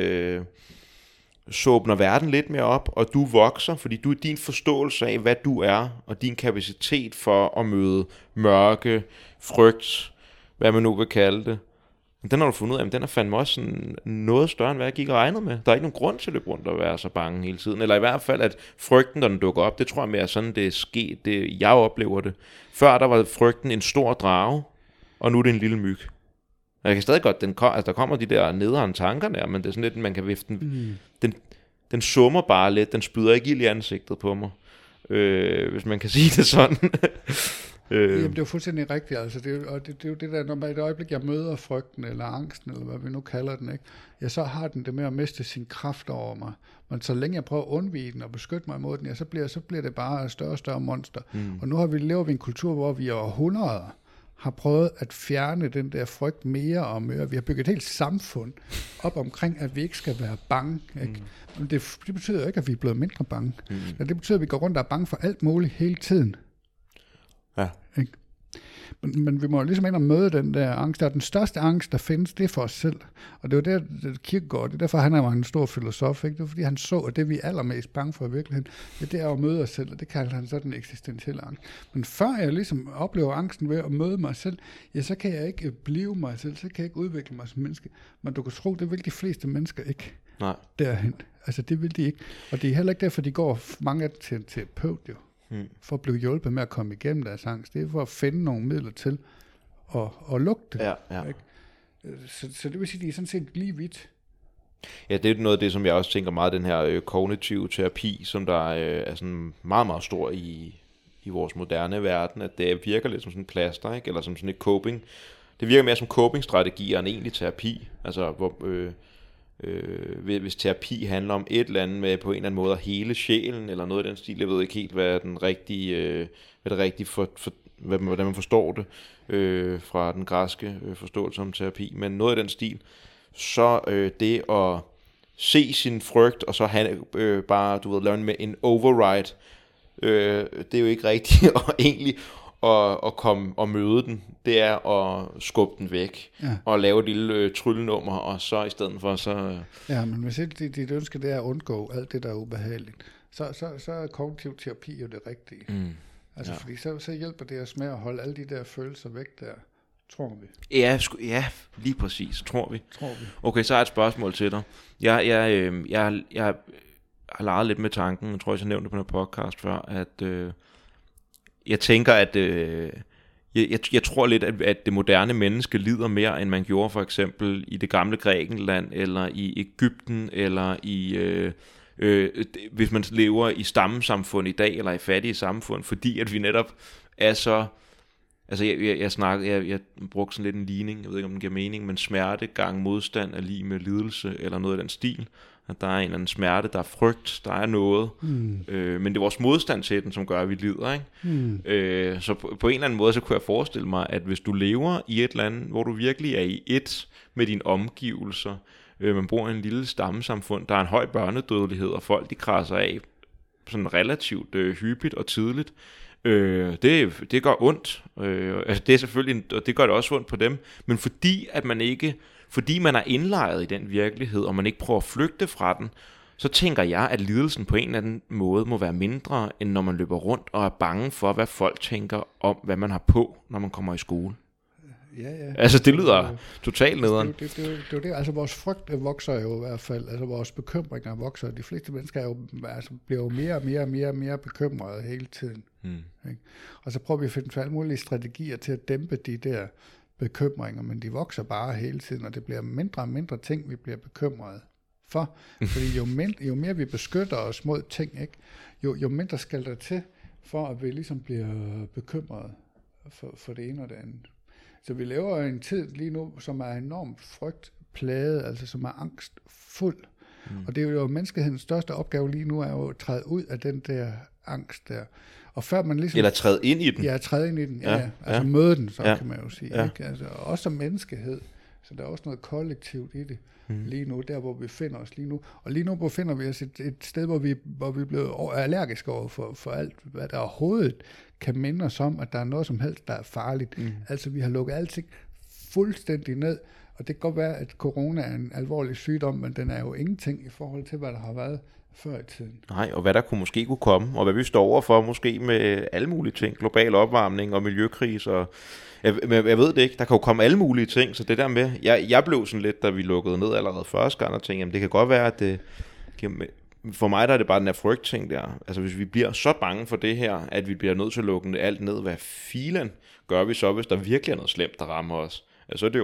så åbner verden lidt mere op, og du vokser, fordi du er din forståelse af, hvad du er, og din kapacitet for at møde mørke, frygt, hvad man nu vil kalde det. Den har du fundet ud af, men den er fandme også sådan noget større, end hvad jeg gik og regnede med. Der er ikke nogen grund til at løbe rundt og være så bange hele tiden. Eller i hvert fald, at frygten, når den dukker op, det tror jeg mere sådan, det er sket, det jeg oplever det. Før der var frygten en stor drage, og nu er det en lille myg. Jeg kan stadig godt, der kommer de der nederen tanker der, men det er sådan lidt, man kan vifte den. Den summer bare lidt, den spyder ikke ild i ansigtet på mig. Hvis man kan sige det sådan. Jamen, det er jo fuldstændig rigtigt. Altså, det er jo det der, når man i et øjeblik, jeg møder frygten, eller angsten, eller hvad vi nu kalder den, ikke? Ja, så har den det med at miste sin kraft over mig. Men så længe jeg prøver at undvige den og beskytte mig imod den, ja, så bliver det bare et større og større monster. Og nu lever vi i en kultur, hvor vi over århundreder har prøvet at fjerne den der frygt mere og mere. Vi har bygget et helt samfund op omkring, at vi ikke skal være bange. Ikke? Men det betyder ikke, at vi er blevet mindre bange. Men det betyder, at vi går rundt og er bange for alt muligt hele tiden. Ja. Ikke? Men vi må ligesom ind og møde den der angst. Og den største angst, der findes, det er for os selv. Og det var det Kierkegaard, det er derfor, han var en stor filosof. Ikke? Det var fordi, han så, at det vi er allermest bange for i virkeligheden, det er at møde os selv, og det kalder han så den eksistentielle angst. Men før jeg ligesom oplever angsten ved at møde mig selv, ja, så kan jeg ikke blive mig selv, så kan jeg ikke udvikle mig som menneske. Men du kan tro, det vil de fleste mennesker ikke. Nej. Derhen. Altså, det vil de ikke. Og det er heller ikke derfor, de går mange af til en terapeut, jo. For at blive hjulpet med at komme igennem deres angst. Det er for at finde nogle midler til at lukke det. Ja. Ikke? Så det vil sige, at de er sådan set lige vidt. Ja, det er noget af det, som jeg også tænker meget, den her kognitive terapi, som der er sådan meget, meget stor i vores moderne verden, at det virker lidt som sådan en plaster, ikke? Eller som sådan et coping. Det virker mere som coping-strategier end egentlig terapi. Altså, hvor... hvis terapi handler om et eller andet med på en eller anden måde at hele sjælen eller noget af den stil, jeg ved ikke helt hvad den rigtige hvordan man forstår det fra den græske forståelse om terapi, men noget af den stil, så det at se sin frygt og så have bare lave med en override, det er jo ikke rigtigt og egentlig at komme og møde den, det er at skubbe den væk, og lave et lille tryllenummer, og så i stedet for så... Ja, men hvis ikke dit ønske det er at undgå alt det, der er ubehageligt, så er kognitiv terapi jo det rigtige. Altså, fordi så hjælper det os med at holde alle de der følelser væk der, tror vi. Ja, lige præcis, tror vi. Okay, så er et spørgsmål til dig. Jeg har leget lidt med tanken, jeg tror, jeg nævnte det på en podcast før, at... Jeg tænker, at jeg tror lidt, at det moderne menneske lider mere, end man gjorde for eksempel i det gamle Grækenland, eller i Egypten, eller hvis man lever i stammesamfund i dag, eller i fattige samfund, fordi at vi netop er så... Altså, jeg brugte sådan lidt en ligning, jeg ved ikke, om den giver mening, men smerte gange modstand er lige med lidelse, eller noget af den stil. At der er en eller anden smerte, der er frygt, der er noget. Men det er vores modstand til den, som gør, at vi lider. Ikke? Så på en eller anden måde, så kunne jeg forestille mig, at hvis du lever i et land, hvor du virkelig er i et med dine omgivelser, man bor i en lille stammesamfund, der er en høj børnedødelighed, og folk de krasser af sådan relativt hyppigt og tidligt, det gør ondt. Altså det er selvfølgelig, og det gør det også ondt på dem, men fordi man er indlejret i den virkelighed, og man ikke prøver at flygte fra den, så tænker jeg, at lidelsen på en eller anden måde må være mindre, end når man løber rundt og er bange for, hvad folk tænker om, hvad man har på, når man kommer i skole. Ja. Altså det lyder totalt nederen. Det er jo det. Altså vores frygt vokser jo i hvert fald. Altså vores bekymringer vokser. De fleste mennesker bliver jo mere bekymrede hele tiden. Ikke? Og så prøver vi at finde alle mulige strategier til at dæmpe de der bekymringer, men de vokser bare hele tiden, og det bliver mindre og mindre ting, vi bliver bekymrede for. Fordi jo mere vi beskytter os mod ting, ikke? Jo mindre skal der til, for at vi ligesom bliver bekymrede for det ene og det andet. Så vi lever i en tid lige nu, som er enormt frygtplaget, altså som er angstfuld. Og det er jo menneskehedens største opgave lige nu, er jo at træde ud af den der angst der. Og før man ligesom... Eller træde ind i den. Ja, træde ind i den, ja. Altså møde den, så kan man jo sige. Ja. Ikke? Altså, også som menneskehed. Så der er også noget kollektivt i det lige nu, der hvor vi befinder os lige nu. Og lige nu befinder vi os et sted, hvor vi er blevet allergiske over for alt, hvad der overhovedet kan minde os om, at der er noget som helst, der er farligt. Altså vi har lukket alting fuldstændig ned, og det kan godt være, at corona er en alvorlig sygdom, men den er jo ingenting i forhold til, hvad der har været før i tiden. Nej, og hvad der måske kunne komme, og hvad vi står overfor måske med alle mulige ting, global opvarmning og miljøkris, og jeg ved det ikke, der kan jo komme alle mulige ting, så det der med, jeg blev sådan lidt, da vi lukkede ned allerede første gang, og tænkte, jamen det kan godt være, at det, for mig der er det bare den der frygt-ting der, altså hvis vi bliver så bange for det her, at vi bliver nødt til at lukke alt ned, hvad filen gør vi så, hvis der virkelig er noget slemt, der rammer os? Så er det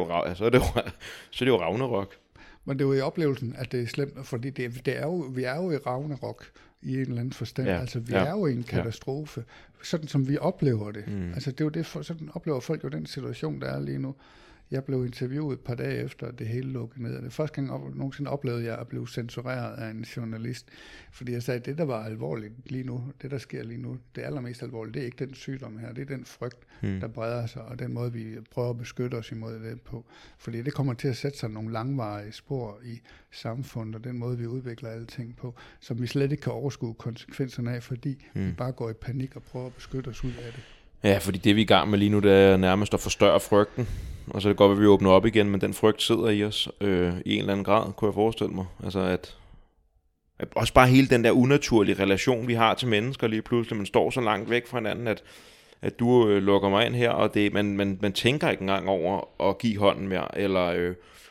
jo Ragnarok. Men det er jo i oplevelsen, at det er slemt, fordi vi er jo i Ragnarok i en eller anden forstand. Ja, altså vi er jo i en katastrofe, sådan som vi oplever det. Altså det er jo det, sådan oplever folk jo den situation, der er lige nu. Jeg blev interviewet et par dage efter, at det hele lukkede ned. Det første gang nogensinde oplevede jeg at blive censureret af en journalist, fordi jeg sagde, at det, der var alvorligt lige nu, det, der sker lige nu, det allermest alvorlige, det er ikke den sygdom her, det er den frygt, der breder sig, og den måde, vi prøver at beskytte os imod det på. Fordi det kommer til at sætte sig nogle langvarige spor i samfundet, og den måde, vi udvikler alle ting på, som vi slet ikke kan overskue konsekvenserne af, fordi vi bare går i panik og prøver at beskytte os ud af det. Ja, fordi det vi er i gang med lige nu, det er nærmest at forstørre frygten. Og så er det godt, at vi åbner op igen, men den frygt sidder i os i en eller anden grad, kunne jeg forestille mig. Altså at også bare hele den der unaturlige relation, vi har til mennesker lige pludselig. Man står så langt væk fra hinanden, at du lukker mig ind her, og det, man tænker ikke engang over at give hånden mere, eller...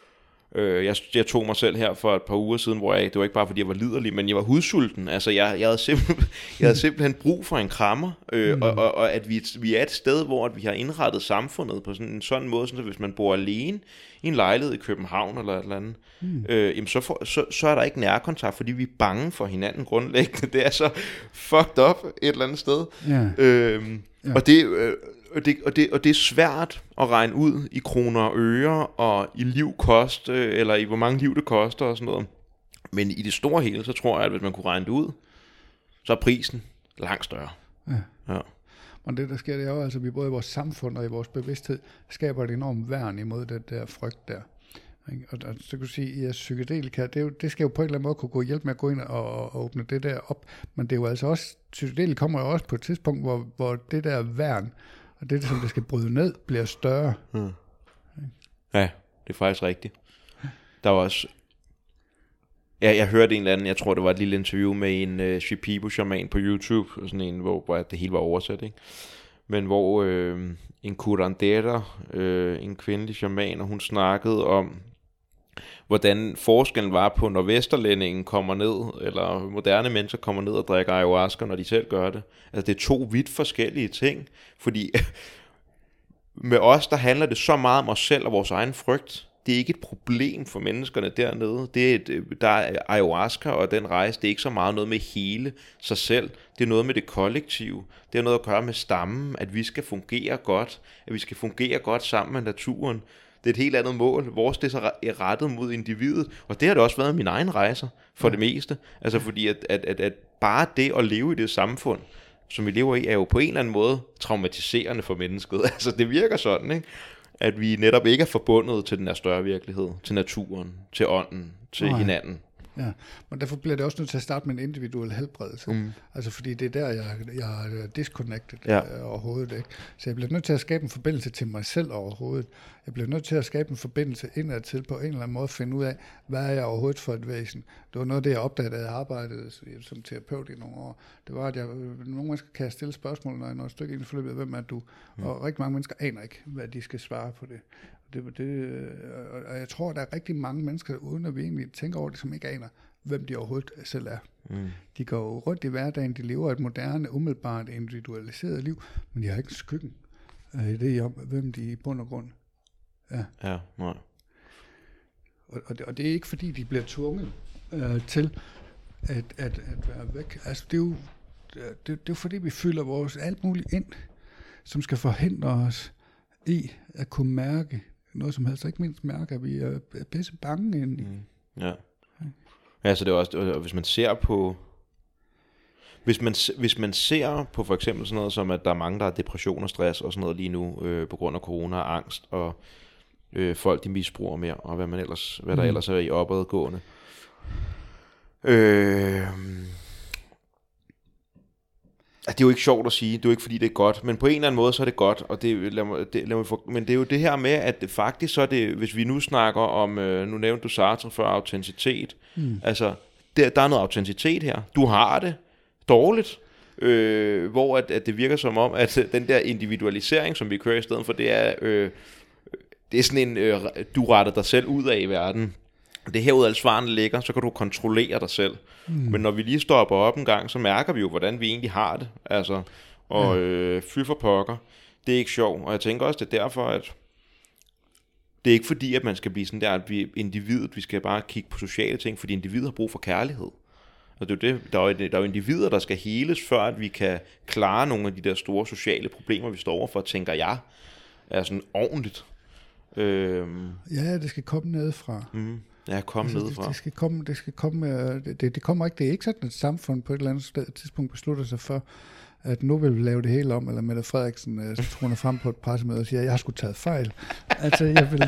Jeg tog mig selv her for et par uger siden, hvor det var ikke bare fordi jeg var liderlig, men jeg var hudsulten. Altså jeg havde simpelthen brug for en krammer, og at vi er et sted, hvor vi har indrettet samfundet på sådan en måde, sådan, at hvis man bor alene i en lejlighed i København eller et eller andet, jamen så er der ikke nærkontakt, fordi vi er bange for hinanden grundlæggende. Det er så fucked up et eller andet sted. Og det er svært at regne ud i kroner og øre, og i livkost, eller i hvor mange liv det koster og sådan noget. Men i det store hele, så tror jeg, at hvis man kunne regne det ud, så er prisen langt større. Ja. Og det, der sker, det er jo, altså, vi både i vores samfund og i vores bevidsthed skaber et enormt værn imod det der frygt der. Og så kan du sige, at psykedelika, det skal jo på en eller anden måde kunne hjælpe med at gå ind og åbne det der op. Men det er jo altså også, psykedelika kommer jo også på et tidspunkt, hvor det der værn, og det, som det skal bryde ned, bliver større. Ja, det er faktisk rigtigt. Der var også... Ja, jeg hørte en eller anden, jeg tror, det var et lille interview med en Shipibo-shaman på YouTube, sådan en, hvor det hele var oversat, ikke? Men hvor en curandera, en kvindelig shaman, og hun snakkede om, hvordan forskellen var på, når vesterlændingen kommer ned, eller moderne mennesker kommer ned og drikker ayahuasca, når de selv gør det. Altså det er to vidt forskellige ting, fordi med os, der handler det så meget om os selv og vores egen frygt. Det er ikke et problem for menneskerne dernede. Der er ayahuasca og den rejse, det er ikke så meget noget med hele sig selv. Det er noget med det kollektive. Det er noget at gøre med stammen, at vi skal fungere godt. At vi skal fungere godt sammen med naturen. Det er et helt andet mål. Vores det er så rettet mod individet. Og det har det også været min egen rejser for det meste. Altså fordi at bare det at leve i det samfund, som vi lever i, er jo på en eller anden måde traumatiserende for mennesket. Altså det virker sådan, ikke? At vi netop ikke er forbundet til den her større virkelighed, til naturen, til ånden, til hinanden. Ja, men derfor bliver det også nødt til at starte med en individuel helbredelse. Altså fordi det er der, jeg er disconnected overhovedet. Ikke? Så jeg bliver nødt til at skabe en forbindelse til mig selv overhovedet. Jeg bliver nødt til at skabe en forbindelse indadtil på en eller anden måde, finde ud af, hvad er jeg overhovedet for et væsen. Det var noget af det, jeg opdagede, da jeg arbejdede som terapeut i nogle år. Det var, at nogle mennesker kan stille spørgsmål, når jeg når et stykke ind i forløbet, hvem er du? Og rigtig mange mennesker aner ikke, hvad de skal svare på det. Og jeg tror, at der er rigtig mange mennesker, uden at vi egentlig tænker over det, som ikke aner, hvem de overhovedet selv er. De går jo rundt i hverdagen, de lever et moderne, umiddelbart individualiseret liv, men de har ikke skyggen af idé om, hvem de i bund og grund er. Ja, nej. Og det er ikke, fordi de bliver tvunget til at være væk. Altså, det er jo fordi, vi fylder vores alt muligt ind, som skal forhindre os i at kunne mærke noget som helst, ikke mindst mærke, at vi er pisse bange ind i. Altså det er også, hvis man ser på, hvis man ser på for eksempel sådan noget som, at der er mange, der har depression og stress og sådan noget lige nu, på grund af corona og angst, og folk de misbruger mere, og hvad der ellers er i opadgående. Det er jo ikke sjovt at sige, det er jo ikke fordi det er godt, men på en eller anden måde så er det godt, og men det er jo det her med, at faktisk så er det, hvis vi nu snakker om, nu nævnte du Sartre før, autenticitet, altså der er noget autenticitet her, du har det dårligt, hvor at det virker som om, at den der individualisering, som vi kører i stedet for, det er sådan en, du retter dig selv ud af i verden. Det er herude alle svarene ligger, så kan du kontrollere dig selv. Men når vi lige stopper op en gang, så mærker vi jo, hvordan vi egentlig har det. Altså, og fy for pokker, det er ikke sjovt. Og jeg tænker også, det er derfor, at det er ikke fordi, at man skal blive sådan der, at vi individet, vi skal bare kigge på sociale ting, fordi individet har brug for kærlighed. Og det er jo det, der er jo individer, der skal heles, før at vi kan klare nogle af de der store sociale problemer, vi står overfor, tænker jeg, er sådan ordentligt. Ja, det skal komme nedefra. Ja, komme nedefra. Det kommer ikke. Det er ikke sådan, at et samfund på et eller andet tidspunkt beslutter sig for, at nu vil vi lave det hele om, eller Mette Frederiksen troner frem på et pressemøde og siger, at jeg har sgu taget fejl. Altså,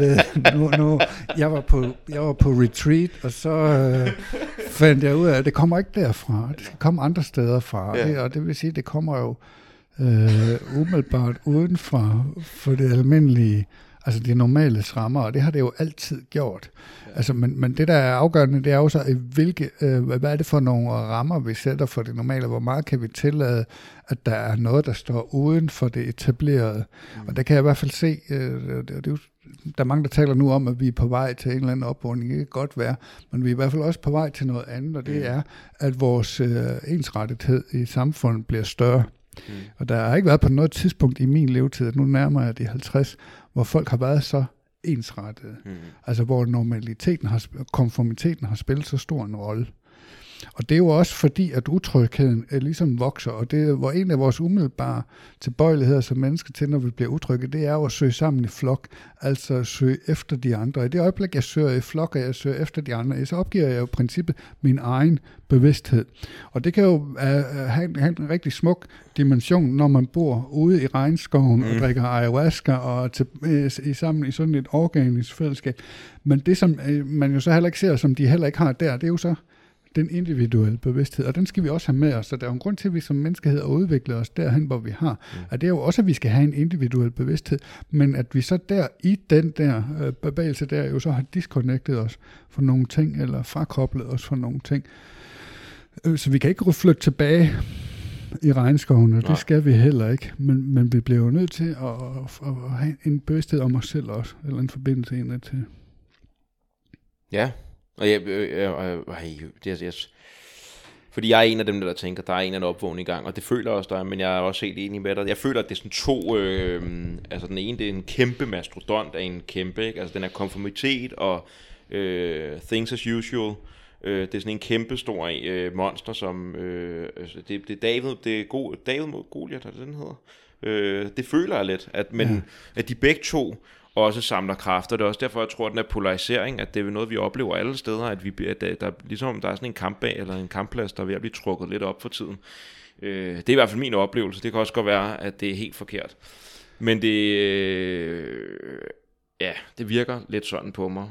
jeg var på retreat, og så fandt jeg ud af, at det kommer ikke derfra. Det skal komme andre steder fra. Ja. Og det vil sige, at det kommer jo umiddelbart uden for det almindelige, altså de normale rammer, og det har det jo altid gjort. Ja. Altså, men det, der er afgørende, det er jo så, hvad er det for nogle rammer, vi sætter for det normale? Hvor meget kan vi tillade, at der er noget, der står uden for det etablerede? Og der kan jeg i hvert fald se, der er mange, der taler nu om, at vi er på vej til en eller anden opvågning. Det kan godt være, men vi er i hvert fald også på vej til noget andet, og det er, at vores ensrettethed i samfundet bliver større. Og der har ikke været på noget tidspunkt i min levetid, at nu nærmer jeg de 50, hvor folk har været så ensrettede. Altså hvor konformiteten har spillet så stor en rolle. Og det er jo også fordi, at utrygheden ligesom vokser, og det hvor en af vores umiddelbare tilbøjeligheder som mennesker til, når vi bliver utrygge, det er jo at søge sammen i flok, altså søge efter de andre. I det øjeblik, jeg søger i flok, og jeg søger efter de andre, så opgiver jeg jo i princippet min egen bevidsthed. Og det kan jo have en rigtig smuk dimension, når man bor ude i regnskoven og drikker ayahuasca og sammen i sådan et organisk fællesskab. Men det, som man jo så heller ikke ser, som de heller ikke har der, det er jo så den individuelle bevidsthed, og den skal vi også have med os. Så der er jo en grund til, at vi som menneskehed har udviklet os derhen, hvor vi har. Og det er jo også, at vi skal have en individuel bevidsthed, men at vi så der i den der bevægelse der jo så har disconnectet os for nogle ting, eller frakoblet os for nogle ting. Så vi kan ikke flytte tilbage i regnskoven, og det skal vi heller ikke. Men vi bliver jo nødt til at have en bevidsthed om os selv også, eller en forbindelse indad til. Ja. Og fordi jeg er en af dem, der tænker, der er en opvågning i gang, og det føler også der, men jeg er også helt enig med dig. Jeg føler, at det er sådan to, altså den ene, det er en kæmpe mastodont af en kæmpe, ikke? Altså den er konformitet og things as usual. Det er sådan en kæmpe stor monster, som det er David mod Goliath, er det den hedder? Det føler jeg lidt, at de begge to også samler kræfter. Det er også derfor, jeg tror, at den her polarisering, at det er noget, vi oplever alle steder, at der ligesom der er sådan en kampbag eller en kampplads, der er ved at blive trukket lidt op for tiden. Det er i hvert fald min oplevelse. Det kan også godt være, at det er helt forkert. Men det virker lidt sådan på mig.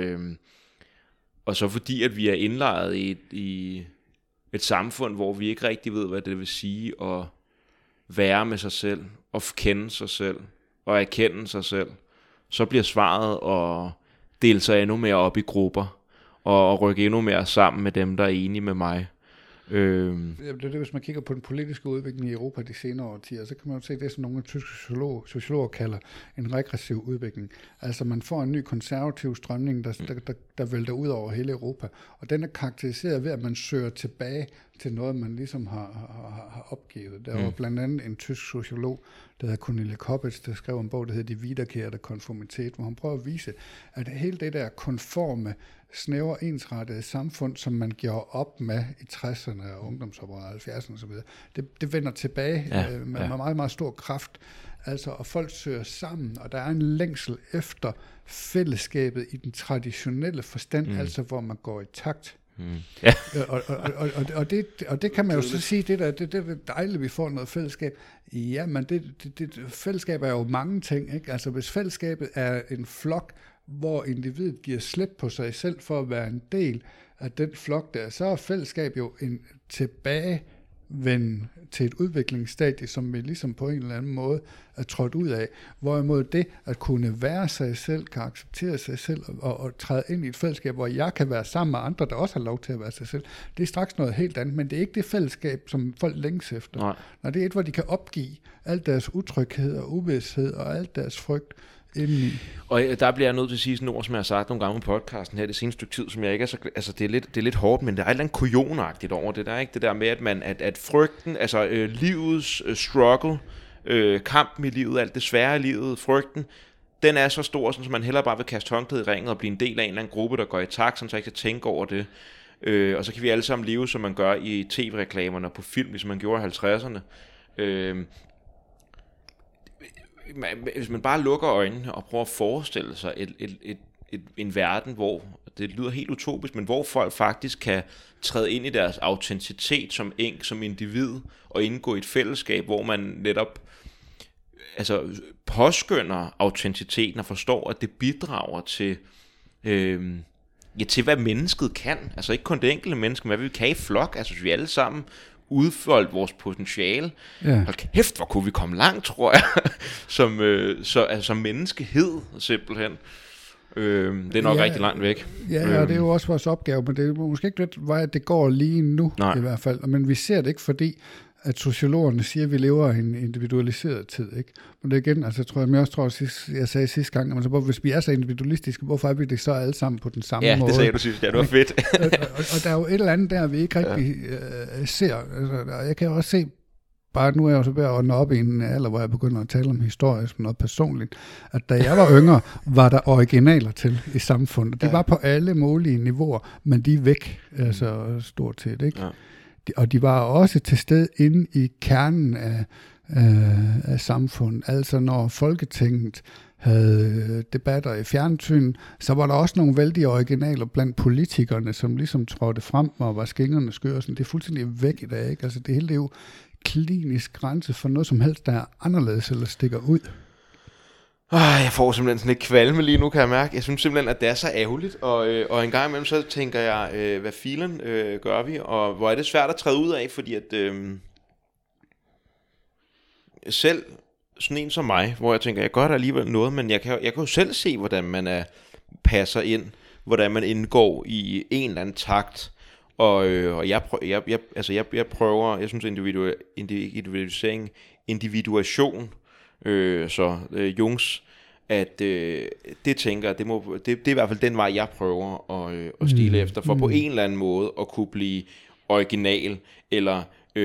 Og så fordi, at vi er indlejret i et samfund, hvor vi ikke rigtig ved, hvad det vil sige at være med sig selv, og kende sig selv, og erkende sig selv, så bliver svaret at dele sig endnu mere op i grupper, og rykke endnu mere sammen med dem, der er enige med mig. Det er det, hvis man kigger på den politiske udvikling i Europa de senere årtier, så kan man jo se, det som nogle tyske sociologer kalder en regressiv udvikling. Altså man får en ny konservativ strømning, der vælter ud over hele Europa, og den er karakteriseret ved, at man søger tilbage til noget, man ligesom har opgivet. Der var blandt andet en tysk sociolog, der hedder Cornelia Koppitz, der skrev en bog, der hedder De Wiederkehrte Konformität, hvor han prøver at vise, at hele det der konforme, snævre ensrettede samfund, som man gjorde op med i 60'erne og ungdomsoprøret 70'erne osv., det vender tilbage med meget, meget stor kraft. Altså, og folk søger sammen, og der er en længsel efter fællesskabet i den traditionelle forstand, altså hvor man går i takt. Ja. Og det kan man jo så sige, det er dejligt, vi får noget fællesskab. Ja, men det fællesskab er jo mange ting, ikke? Altså hvis fællesskabet er en flok, hvor individet giver slip på sig selv for at være en del af den flok der, så er fællesskab jo en tilbagevend til et udviklingsstadie, som vi ligesom på en eller anden måde er trådt ud af. Hvorimod det at kunne være sig selv, kan acceptere sig selv og træde ind i et fællesskab, hvor jeg kan være sammen med andre, der også har lov til at være sig selv, det er straks noget helt andet, men det er ikke det fællesskab, som folk længes efter. Nej, det er et, hvor de kan opgive al deres utryghed og uvidshed og alt deres frygt indeni. Og der bliver jeg nødt til at sige sådan ord, som jeg har sagt nogle gange på podcasten her det seneste stykke tid, som jeg ikke er så... Altså, det er lidt hårdt, men der er et eller andet kujonagtigt over det der, ikke? Det der med, at frygten, altså livets struggle, kampen i livet, alt det svære i livet, frygten, den er så stor, sådan, så man hellere bare vil kaste håndklædet i ringen og blive en del af en eller anden gruppe, der går i takt, så jeg ikke kan tænke over det. Og så kan vi alle sammen leve, som man gør i tv-reklamerne og på film, ligesom man gjorde i 50'erne. Hvis man bare lukker øjnene og prøver at forestille sig en verden, hvor, det lyder helt utopisk, men hvor folk faktisk kan træde ind i deres autenticitet som individ og indgå i et fællesskab, hvor man netop påskynder autenticiteten og forstår, at det bidrager til til hvad mennesket kan. Altså ikke kun det enkelte menneske, men hvad vi kan i flok. Altså hvis vi alle sammen udfolde vores potentiale. Ja. Hold kæft, hvor kunne vi komme langt, tror jeg, som menneskehed, simpelthen. Det er nok rigtig langt væk. Ja, og det er jo også vores opgave, men det er måske ikke lidt, hvor det går lige nu. Nej. I hvert fald. Men vi ser det ikke, fordi at sociologerne siger, at vi lever i en individualiseret tid, ikke? Men det igen, altså jeg sagde sidste gang, altså, hvis vi er så individualistiske, hvorfor er vi det så alle sammen på den samme måde? Ja, det sagde du sidst, ja, det var fedt. og der er jo et eller andet der, vi ikke rigtig ser. Altså, jeg kan jo også se, bare nu er jeg jo så ved at ordne op i en alder, hvor jeg begynder at tale om historie som noget personligt, at da jeg var yngre, var der originaler til i samfundet. De var på alle mulige niveauer, men de er væk, altså stort set, ikke? Ja. Og de var også til stede inde i kernen af samfundet. Altså når Folketinget havde debatter i fjernsyn, så var der også nogle vældige originaler blandt politikerne, som ligesom trådte frem og var skingerne skøre. Det er fuldstændig væk i dag, ikke? Altså det hele er jo klinisk grænse for noget som helst, der er anderledes eller stikker ud. Jeg får simpelthen sådan et kvalme lige nu, kan jeg mærke. Jeg synes simpelthen, at det er så ærgerligt, og en gang imellem så tænker jeg, hvad filen gør vi, og hvor er det svært at træde ud af, fordi at selv sådan en som mig, hvor jeg tænker, jeg gør der alligevel noget, men jeg kan jo selv se, hvordan man passer ind, hvordan man indgår i en eller anden takt, og jeg prøver, jeg synes individuation, Jungs, at det tænker jeg, det er i hvert fald den vej, jeg prøver at stile efter, for på en eller anden måde at kunne blive original, eller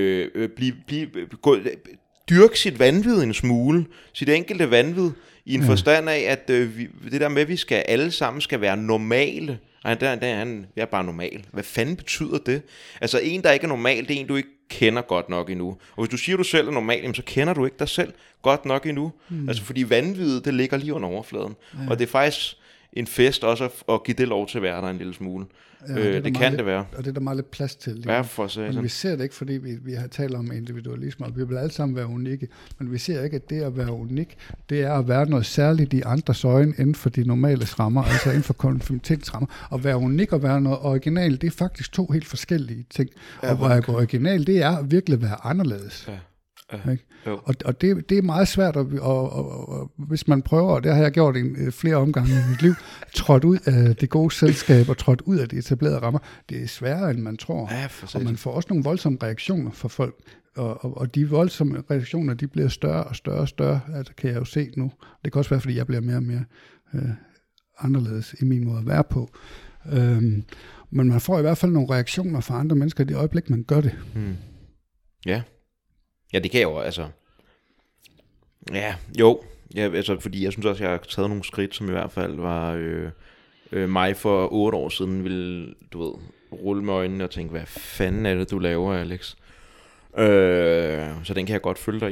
dyrke sit vanvid en smule, sit enkelte vanvid, i en forstand af, at det der med, at vi alle sammen skal være normale. Nej, jeg er bare normal. Hvad fanden betyder det? Altså en, der ikke er normal, det er en, du ikke kender godt nok endnu. Og hvis du siger, du selv er normal, så kender du ikke dig selv godt nok endnu. Altså fordi vanvidet, det ligger lige under overfladen. Ja. Og det er faktisk en fest også at give det lov til at være der en lille smule. Ja, det kan det være. Og det er der meget lidt plads til. Men vi ser det ikke, fordi vi har talt om individualisme, og vi vil alle sammen være unikke. Men vi ser ikke, at det at være unik, det er at være noget særligt i andres øjne inden for de normale rammer, altså inden for konformitetsrammer. Og være unik og være noget original, det er faktisk to helt forskellige ting. Ja, og være original, det er virkelig at være anderledes. Ja. Og det er meget svært, og hvis man prøver, og det har jeg gjort i flere omgange i mit liv, trådt ud af det gode selskab og trådt ud af de etablerede rammer, det er sværere, end man tror. Ja, og man får også nogle voldsomme reaktioner fra folk, og de voldsomme reaktioner, de bliver større og større og større, altså, kan jeg jo se nu. Det kan også være, fordi jeg bliver mere og mere anderledes i min måde at være på. Men man får i hvert fald nogle reaktioner fra andre mennesker i det øjeblik, man gør det. Ja. Ja, det kan jeg jo, altså. Ja, jo. Ja, altså, fordi jeg synes også, jeg har taget nogle skridt, som i hvert fald var mig for 8 år siden, ville, du ved, rulle med øjnene og tænke, hvad fanden er det, du laver, Alex? Så den kan jeg godt følge dig i.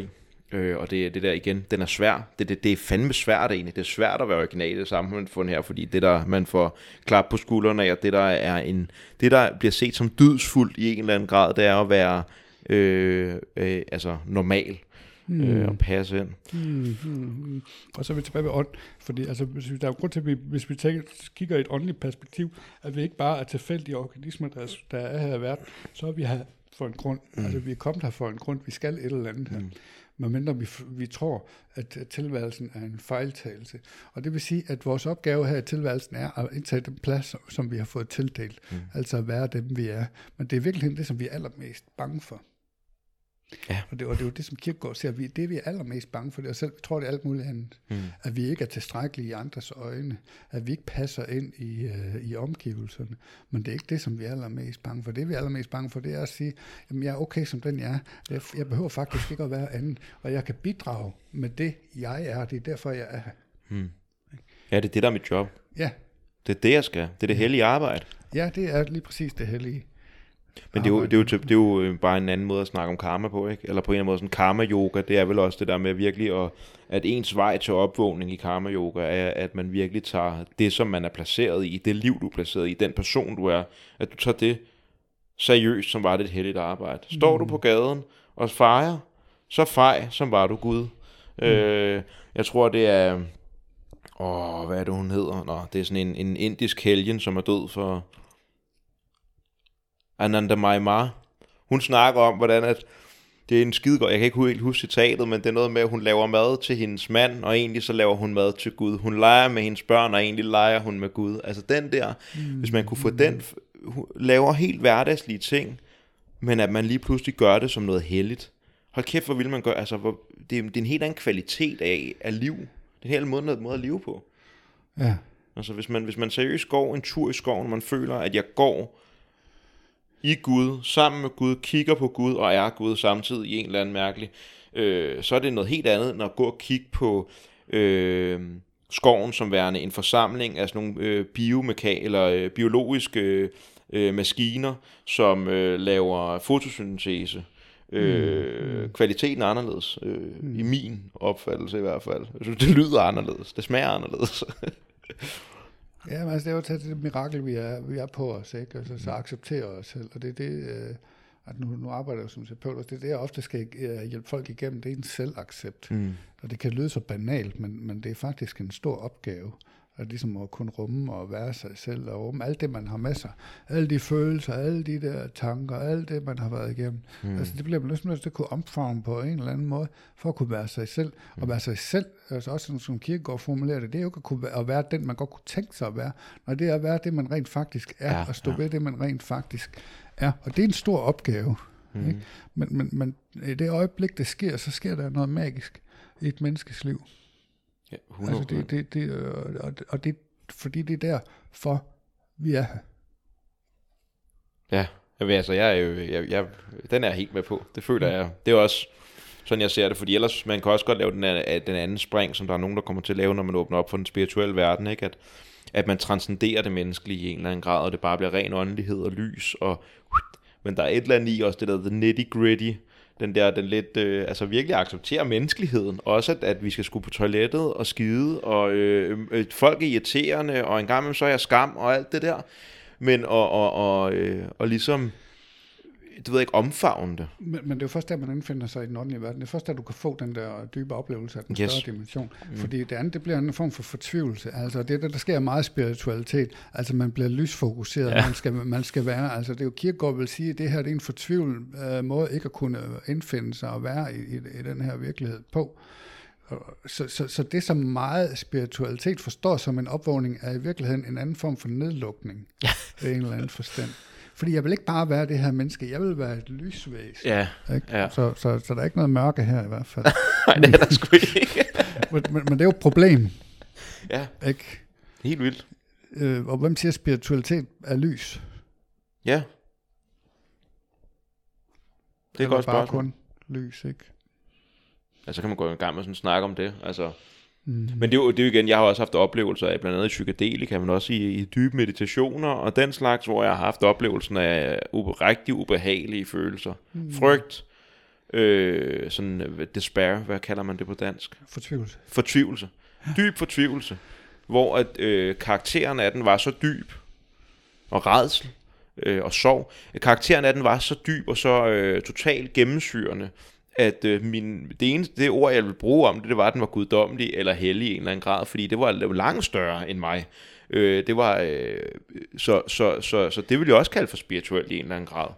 Og det der igen, den er svær. Det er fandme svært egentlig. Det er svært at være original i det samfund her, fordi det der, man får klap på skuldrene af, og det der bliver set som dydsfuldt i en eller anden grad, det er at være altså normal. Og passe ind. Og så er vi tilbage ved ånd, fordi altså, der er jo grund til, at hvis vi kigger i et åndeligt perspektiv, at vi ikke bare er tilfældige organismer, der er her i verden, så er vi her for en grund. Altså vi er kommet her for en grund, vi skal et eller andet her. Medmindre vi tror, at tilværelsen er en fejltagelse. Og det vil sige, at vores opgave her i tilværelsen er at indtage den plads, som vi har fået tildelt. Altså at være dem, vi er. Men det er virkelig det, som vi er allermest bange for. Ja. Og det er jo det, som Kierkegaard siger, det vi er allermest bange for, det, og selv tror det er alt muligt andet, at vi ikke er tilstrækkelige i andres øjne, at vi ikke passer ind i omgivelserne, men det er ikke det, som vi er allermest bange for. Det vi er allermest bange for, det er at sige, jamen jeg er okay som den jeg er, jeg behøver faktisk ikke at være anden, og jeg kan bidrage med det jeg er, det er derfor jeg er her. Ja, det er det der er mit job. Ja. Det er det jeg skal, det er det hellige arbejde. Ja, det er lige præcis det hellige. Men det er jo bare en anden måde at snakke om karma på, ikke? Eller på en eller anden måde sådan karma-yoga, det er vel også det der med virkelig, at ens vej til opvågning i karma-yoga er, at man virkelig tager det, som man er placeret i, det liv, du er placeret i, den person, du er, at du tager det seriøst, som var det et helligt arbejde. Står du på gaden og fejrer, så fej, som var du Gud. Jeg tror, det er... hvad er det, hun hedder? Det er sådan en indisk helgen, som er død for... Ananda Maima. Hun snakker om, hvordan at det er en skidegod, jeg kan ikke helt huske citatet, men det er noget med, at hun laver mad til hendes mand, og egentlig så laver hun mad til Gud. Hun leger med hendes børn, og egentlig leger hun med Gud. Altså den der, hvis man kunne få den, laver helt hverdagslige ting, men at man lige pludselig gør det som noget helligt. Hold kæft, hvor vil man gøre, altså det er en helt anden kvalitet af liv. Det er en helt måde at leve på. Ja. Altså hvis man seriøst går en tur i skoven, og man føler, at jeg går i Gud, sammen med Gud, kigger på Gud og er Gud samtidig i en eller anden mærkelig, så er det noget helt andet, end at gå og kigge på skoven som værende en forsamling af sådan nogle biologiske maskiner, som laver fotosyntese. Kvaliteten er anderledes, i min opfattelse i hvert fald. Jeg synes, det lyder anderledes, det smager anderledes. Ja, men altså, det er jo det mirakel, vi er på os, ikke? Altså, så acceptere os selv, og det er det, at nu arbejder jeg som terapeut, det er det, jeg ofte skal hjælpe folk igennem, det er en selvaccept. Og det kan lyde så banalt, men det er faktisk en stor opgave, at ligesom at kunne rumme og være sig selv, og rumme alt det, man har med sig, alle de følelser, alle de der tanker, alt det, man har været igennem. Altså, det bliver man nødt til at kunne omfavne på en eller anden måde, for at kunne være sig selv. Og være sig selv, altså også sådan, som Kierkegaard formulerer det, det er jo ikke at være den, man godt kunne tænke sig at være, når det er at være det, man rent faktisk er, og stå ved det, man rent faktisk er. Og det er en stor opgave. Ikke? Men i det øjeblik, det sker, så sker der noget magisk i et menneskes liv. Ja, altså og det fordi det er derfor vi er her. Ja, altså jeg den er jeg helt med på. Det føler jeg. Det er også sådan jeg ser det, fordi ellers man kan også godt lave den anden spring, som der er nogen der kommer til at lave, når man åbner op for den spirituelle verden, ikke? At man transcenderer det menneskelige i en eller anden grad, og det bare bliver ren åndelighed og lys men der er et eller andet i også det der the nitty gritty. Den lidt, altså virkelig acceptere menneskeligheden. Også at vi skal skulle på toilettet og skide, og folk er irriterende, og en gang imellem så er jeg skam, og alt det der. Men og ligesom, du ved ikke, omfavne det. Men det er jo først der, man indfinder sig i den åndelige verden. Det er først der, du kan få den der dybe oplevelse af den større dimension. Fordi det andet, det bliver en form for fortvivlelse. Altså det der sker meget spiritualitet. Altså man bliver lysfokuseret, man skal være. Altså det er jo Kierkegaard vil sige, at det her det er en fortvivlet måde ikke at kunne indfinde sig og være i den her virkelighed på. Så det, som meget spiritualitet forstår som en opvågning, er i virkeligheden en anden form for nedlukning i en eller anden forstand. Fordi jeg vil ikke bare være det her menneske, jeg vil være et lysvæsen. Ja. Ja. Så der er ikke noget mørke her i hvert fald. Nej, det er der sgu ikke. men det er jo et problem. Ja, ikke? Helt vildt. Og hvem siger spiritualitet er lys? Ja. Det er godt bare kun lys, ikke? Altså kan man gå i gang med sådan en snak om det, altså. Men det er jo igen, jeg har også haft oplevelser af blandt andet i psykedelika, men også i dybe meditationer og den slags, hvor jeg har haft oplevelsen af rigtig ubehagelige følelser. Frygt, sådan despair, hvad kalder man det på dansk? Fortvivlelse. Dyb fortvivlelse. Hvor at karakteren af den var så dyb, og rædsel, og sorg. Karakteren af den var så dyb og så totalt gennemsyrende, at det ord, jeg ville bruge om det var, at den var guddommelig eller hellig i en eller anden grad, fordi det var langt større end mig. Det var så det vil jeg også kalde for spirituelt i en eller anden grad.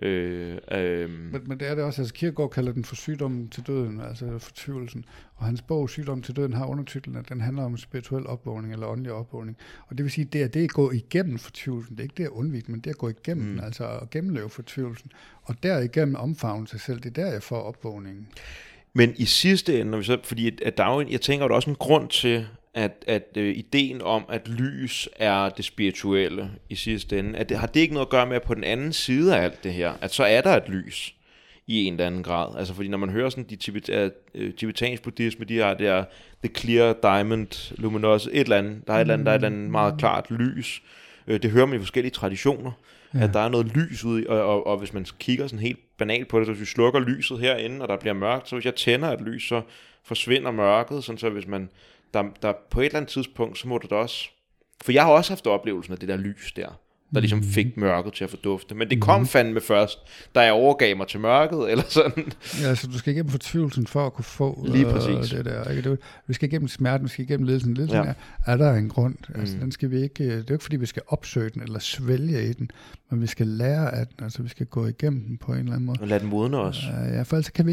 Men det er det også, altså Kierkegaard kalder den for sygdommen til døden, altså fortvivlelsen, og hans bog Sygdommen til døden har undertitlen, at den handler om spirituel opvågning eller åndelig opvågning, og det vil sige, det er at gå igennem fortvivlelsen, det er ikke det at undvige, men det er at gå igennem, altså at gennemleve fortvivlelsen, og derigennem omfavne sig selv, det er der jeg får opvågningen. Men i sidste ende, når vi så, fordi at der er jo, jeg tænker, at der er også en grund til, at ideen om, at lys er det spirituelle i sidste ende, har det ikke noget at gøre med, at på den anden side af alt det her, at så er der et lys i en eller anden grad. Altså fordi når man hører sådan de tibetansk buddhisme, de har der the clear diamond luminous, et eller andet, der er et eller andet meget klart lys. Det hører man i forskellige traditioner, at der er noget lys ude, og hvis man kigger sådan helt banalt på det, så hvis vi slukker lyset herinde, og der bliver mørkt, så hvis jeg tænder et lys, så forsvinder mørket, sådan så hvis man der på et eller andet tidspunkt, så må det da også... For jeg har også haft oplevelsen af det der lys der ligesom fik mørket til at fordufte. Men det kom fandme først, da jeg overgav mig til mørket, eller sådan. Ja, så du skal igennem fortvivlelsen for at kunne få lige præcis. Det der. Ikke? Vi skal igennem smerten, vi skal igennem lidelsen. Lidelsen er der en grund. Altså, den skal vi ikke, det er jo ikke fordi, vi skal opsøge den, eller svælge i den, men vi skal lære af den, altså vi skal gå igennem den på en eller anden måde. Og lade den modne os. Ja, for ellers kan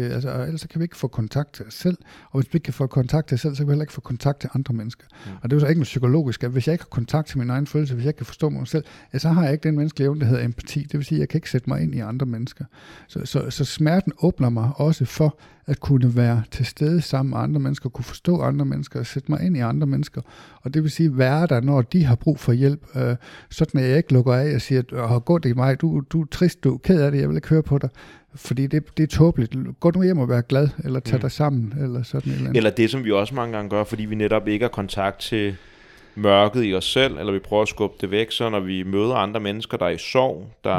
vi ikke få kontakt til os selv, og hvis vi ikke kan få kontakt til os selv, så kan vi heller ikke få kontakt til andre mennesker. Og det er jo så ikke noget psykologisk, at hvis jeg ikke har kontakt til min egen følelse, hvis jeg ikke kan forstå mig selv, så har jeg ikke den menneskelige evne, der hedder empati. Det vil sige, at jeg kan ikke sætte mig ind i andre mennesker. Så smerten åbner mig også for at kunne være til stede sammen med andre mennesker, kunne forstå andre mennesker og sætte mig ind i andre mennesker. Og det vil sige, være der, når de har brug for hjælp, sådan at jeg ikke lukker af og siger, gå det i mig, du er trist, du er ked af det, jeg vil ikke høre på dig. Fordi det er tåbeligt. Gå nu hjem og være glad, eller tag dig sammen, eller sådan et eller andet. Eller det, som vi også mange gange gør, fordi vi netop ikke har kontakt til mørket i os selv, eller vi prøver at skubbe det væk, så når vi møder andre mennesker, der er i sorg, der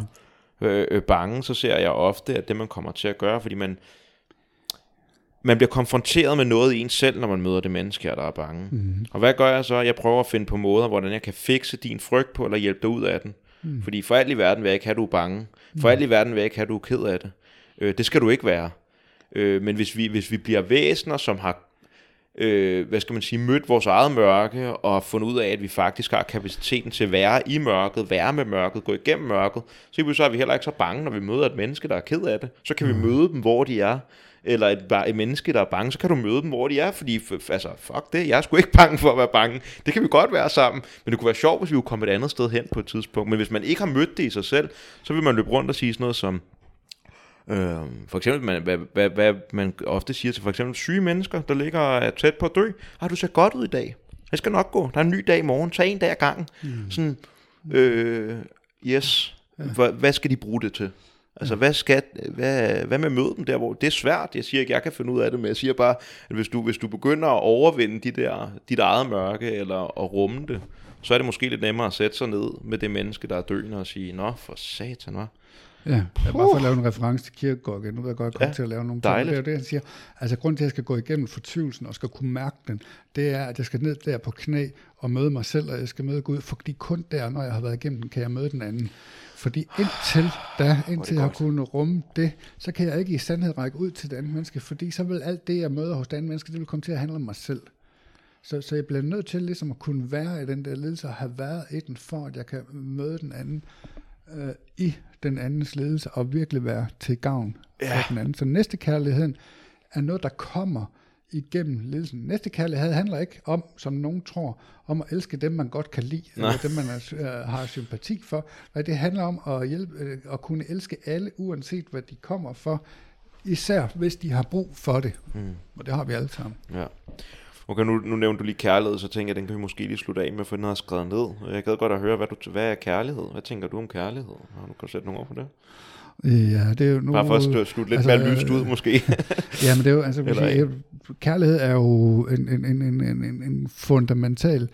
er bange, så ser jeg ofte, at det man kommer til at gøre, fordi man bliver konfronteret med noget i en selv, når man møder det menneske her, der er bange. Og hvad gør jeg så? Jeg prøver at finde på måder, hvordan jeg kan fikse din frygt på, eller hjælpe dig ud af den. Fordi for alt i verden vil jeg ikke have, du er bange. For alt i verden vil jeg ikke have, du er ked af det. Det skal du ikke være. Men hvis vi bliver væsener, som har mødt vores eget mørke og fundet ud af, at vi faktisk har kapaciteten til at være i mørket, være med mørket, gå igennem mørket, så er vi heller ikke så bange, når vi møder et menneske, der er ked af det. Så kan vi møde dem, hvor de er. Eller et menneske, der er bange, så kan du møde dem, hvor de er, fordi, fuck det, jeg er sgu ikke bange for at være bange. Det kan vi godt være sammen, men det kunne være sjovt, hvis vi kunne komme et andet sted hen på et tidspunkt. Men hvis man ikke har mødt det i sig selv, så vil man løbe rundt og sige sådan noget som, for eksempel, hvad man ofte siger til for eksempel syge mennesker, der ligger tæt på at dø. Du ser godt ud i dag. Jeg skal nok gå. Der er en ny dag i morgen. Tag en dag ad gangen. Sådan, yes. Hvad skal de bruge det til? Altså, hvad med møde dem der, hvor det er svært? Jeg siger ikke, jeg kan finde ud af det, men jeg siger bare, at hvis du begynder at overvinde dit eget mørke, eller at rumme det, så er det måske lidt nemmere at sætte sig ned med det menneske, der er døende, og sige, nå, for satan, hva'? Ja, jeg bare for at lave en reference til Kierkegaard igen. Nu ved jeg godt, at jeg kommer til at lave nogle ting. Det er det, han siger. Altså, grunden til, at jeg skal gå igennem fortvivlelsen og skal kunne mærke den, det er, at jeg skal ned der på knæ og møde mig selv, og jeg skal møde Gud, fordi kun der, når jeg har været igennem den, kan jeg møde den anden. Fordi indtil jeg har kunnet rumme det, så kan jeg ikke i sandhed række ud til det andet menneske, fordi så vil alt det, jeg møder hos det andet menneske, det vil komme til at handle om mig selv. Så jeg bliver nødt til ligesom at kunne være i den der ledelse og have været i den, for at jeg kan møde den anden i den andens ledelse og virkelig være til gavn for den anden. Så næstekærligheden er noget, der kommer igennem ledelsen. Næstekærlighed handler ikke om, som nogen tror, om at elske dem, man godt kan lide, eller dem, man har sympati for. Nej, det handler om at hjælpe, at kunne elske alle, uanset hvad de kommer for, især hvis de har brug for det. Og det har vi alle sammen. Ja. Okay, nu nævnte du lige kærlighed, så tænker jeg, den kan vi måske lige slutte af med, for den har skrevet ned. Jeg gad godt at høre, hvad er kærlighed? Hvad tænker du om kærlighed? Kan du sætte nogle ord på det? Ja, det er jo bare for at slutte lidt mere lyst ud, måske. Ja, men det er jo, altså, kærlighed er jo en fundamental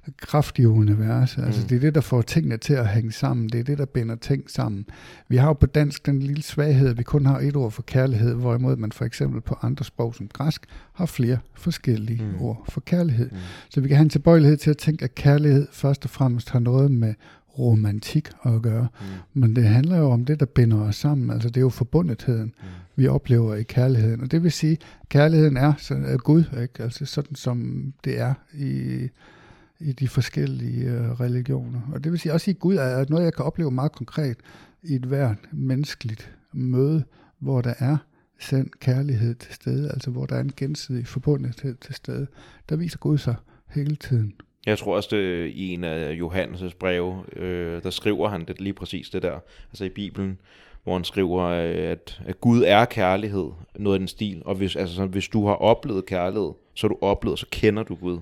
kraftige univers. Altså det er det, der får tingene til at hænge sammen. Det er det, der binder ting sammen. Vi har jo på dansk den lille svaghed, at vi kun har et ord for kærlighed, hvorimod man for eksempel på andre sprog som græsk har flere forskellige ord for kærlighed. Så vi kan have en tilbøjelighed til at tænke, at kærlighed først og fremmest har noget med romantik at gøre. Men det handler jo om det, der binder os sammen. Altså det er jo forbundetheden, vi oplever i kærligheden. Og det vil sige, at kærligheden er Gud, ikke? Altså sådan som det er i de forskellige religioner. Og det vil sige også, at Gud er noget, jeg kan opleve meget konkret i et hvert menneskeligt møde, hvor der er sand kærlighed til stede, altså hvor der er en gensidig forbundethed til stede. Der viser Gud sig hele tiden. Jeg tror også, det i en af Johannes' breve, der skriver han det lige præcis det der, altså i Bibelen, hvor han skriver, at Gud er kærlighed, noget af den stil, og hvis du har oplevet kærlighed, så du oplevet, så kender du Gud.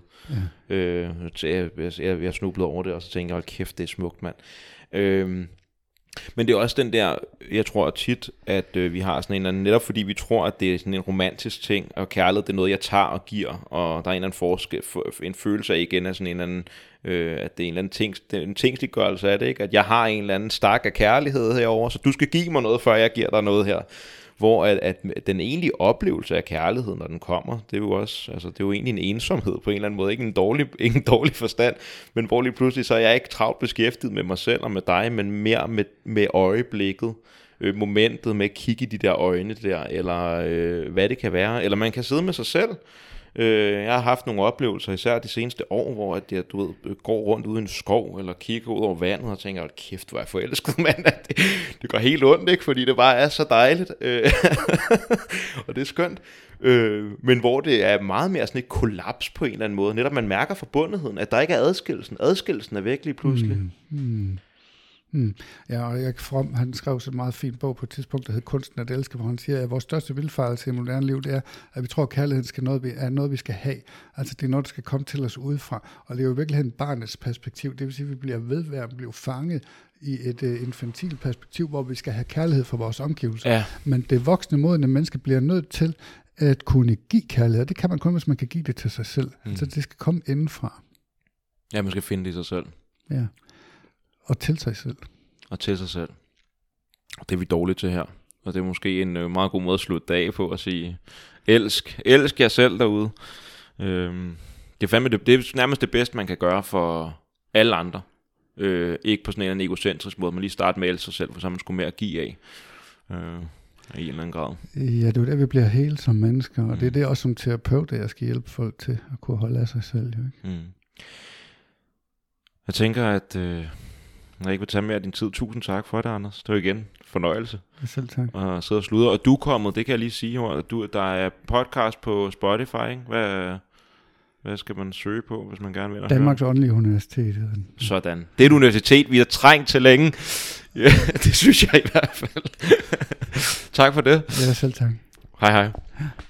Ja. Jeg snublede over det, og så tænkte jeg, hold kæft, det er smukt, mand. Men det er også den der, jeg tror tit, at vi har sådan en eller anden, netop fordi vi tror, at det er sådan en romantisk ting, og kærlighed, det er noget, jeg tager og giver, og der er en eller anden forskel, en følelse af igen af sådan en eller anden, at det er en eller anden tingsliggørelse af det, ikke? At jeg har en eller anden stak af kærlighed herover, så du skal give mig noget, før jeg giver dig noget her. Hvor at den egentlige oplevelse af kærlighed, når den kommer, det er jo også, altså det er jo egentlig en ensomhed på en eller anden måde, ikke en dårlig forstand, men hvor lige pludselig så er jeg ikke travlt beskæftiget med mig selv og med dig, men mere med øjeblikket, momentet med at kigge i de der øjne der, eller hvad det kan være, eller man kan sidde med sig selv. Jeg har haft nogle oplevelser, især de seneste år, hvor jeg går rundt ude i en skov, eller kigger ud over vandet, og tænker, kæft, hvor er jeg forelsket, mand. Det går helt ondt, ikke? Fordi det bare er så dejligt. Og det er skønt. Men hvor det er meget mere sådan et kollaps på en eller anden måde. Netop man mærker forbundetheden, at der ikke er adskillelsen. Adskillelsen er væk lige pludselig. Ja, og Erik Fromm, han skrev så en meget fin bog på et tidspunkt, der hed Kunsten at elske, hvor han siger, at vores største vildfarelse i moderne liv, det er, at vi tror, at kærligheden er noget, vi skal have. Altså, det er noget, der skal komme til os udefra. Og det er jo i virkeligheden barnets perspektiv. Det vil sige, at vi bliver vedværet, bliver fanget i et infantilt perspektiv, hvor vi skal have kærlighed for vores omgivelser. Ja. Men det voksne, modne menneske bliver nødt til at kunne give kærlighed. Det kan man kun, hvis man kan give det til sig selv. Altså, det skal komme indenfra. Ja, man skal finde det i sig selv. Ja. Og til sig selv. Og til sig selv. Det er vi dårligt til her. Og det er måske en meget god måde at slutte dag på at sige, elsk jer selv derude. Det er nærmest det bedste, man kan gøre for alle andre. Ikke på sådan en eller anden egocentrisk måde, men lige starte med at elske sig selv, for så man skulle mere at give af. I en eller anden grad. Ja, det er det, vi bliver hele som mennesker, og det er det også som terapeut, jeg skal hjælpe folk til at kunne holde af sig selv. Jo, ikke? Jeg tænker, at jeg ikke vil tage mere af din tid. Tusind tak for det, Anders. Det var igen fornøjelse. Selv tak. Og sidde og sludre. Og du er kommet, det kan jeg lige sige, der er podcast på Spotify, ikke? Hvad skal man søge på, hvis man gerne vil? Danmarks Åndelige Universitet. Sådan. Det er et universitet, vi har trængt til længe. Ja, det synes jeg i hvert fald. Tak for det. Ja, selv tak. Hej hej.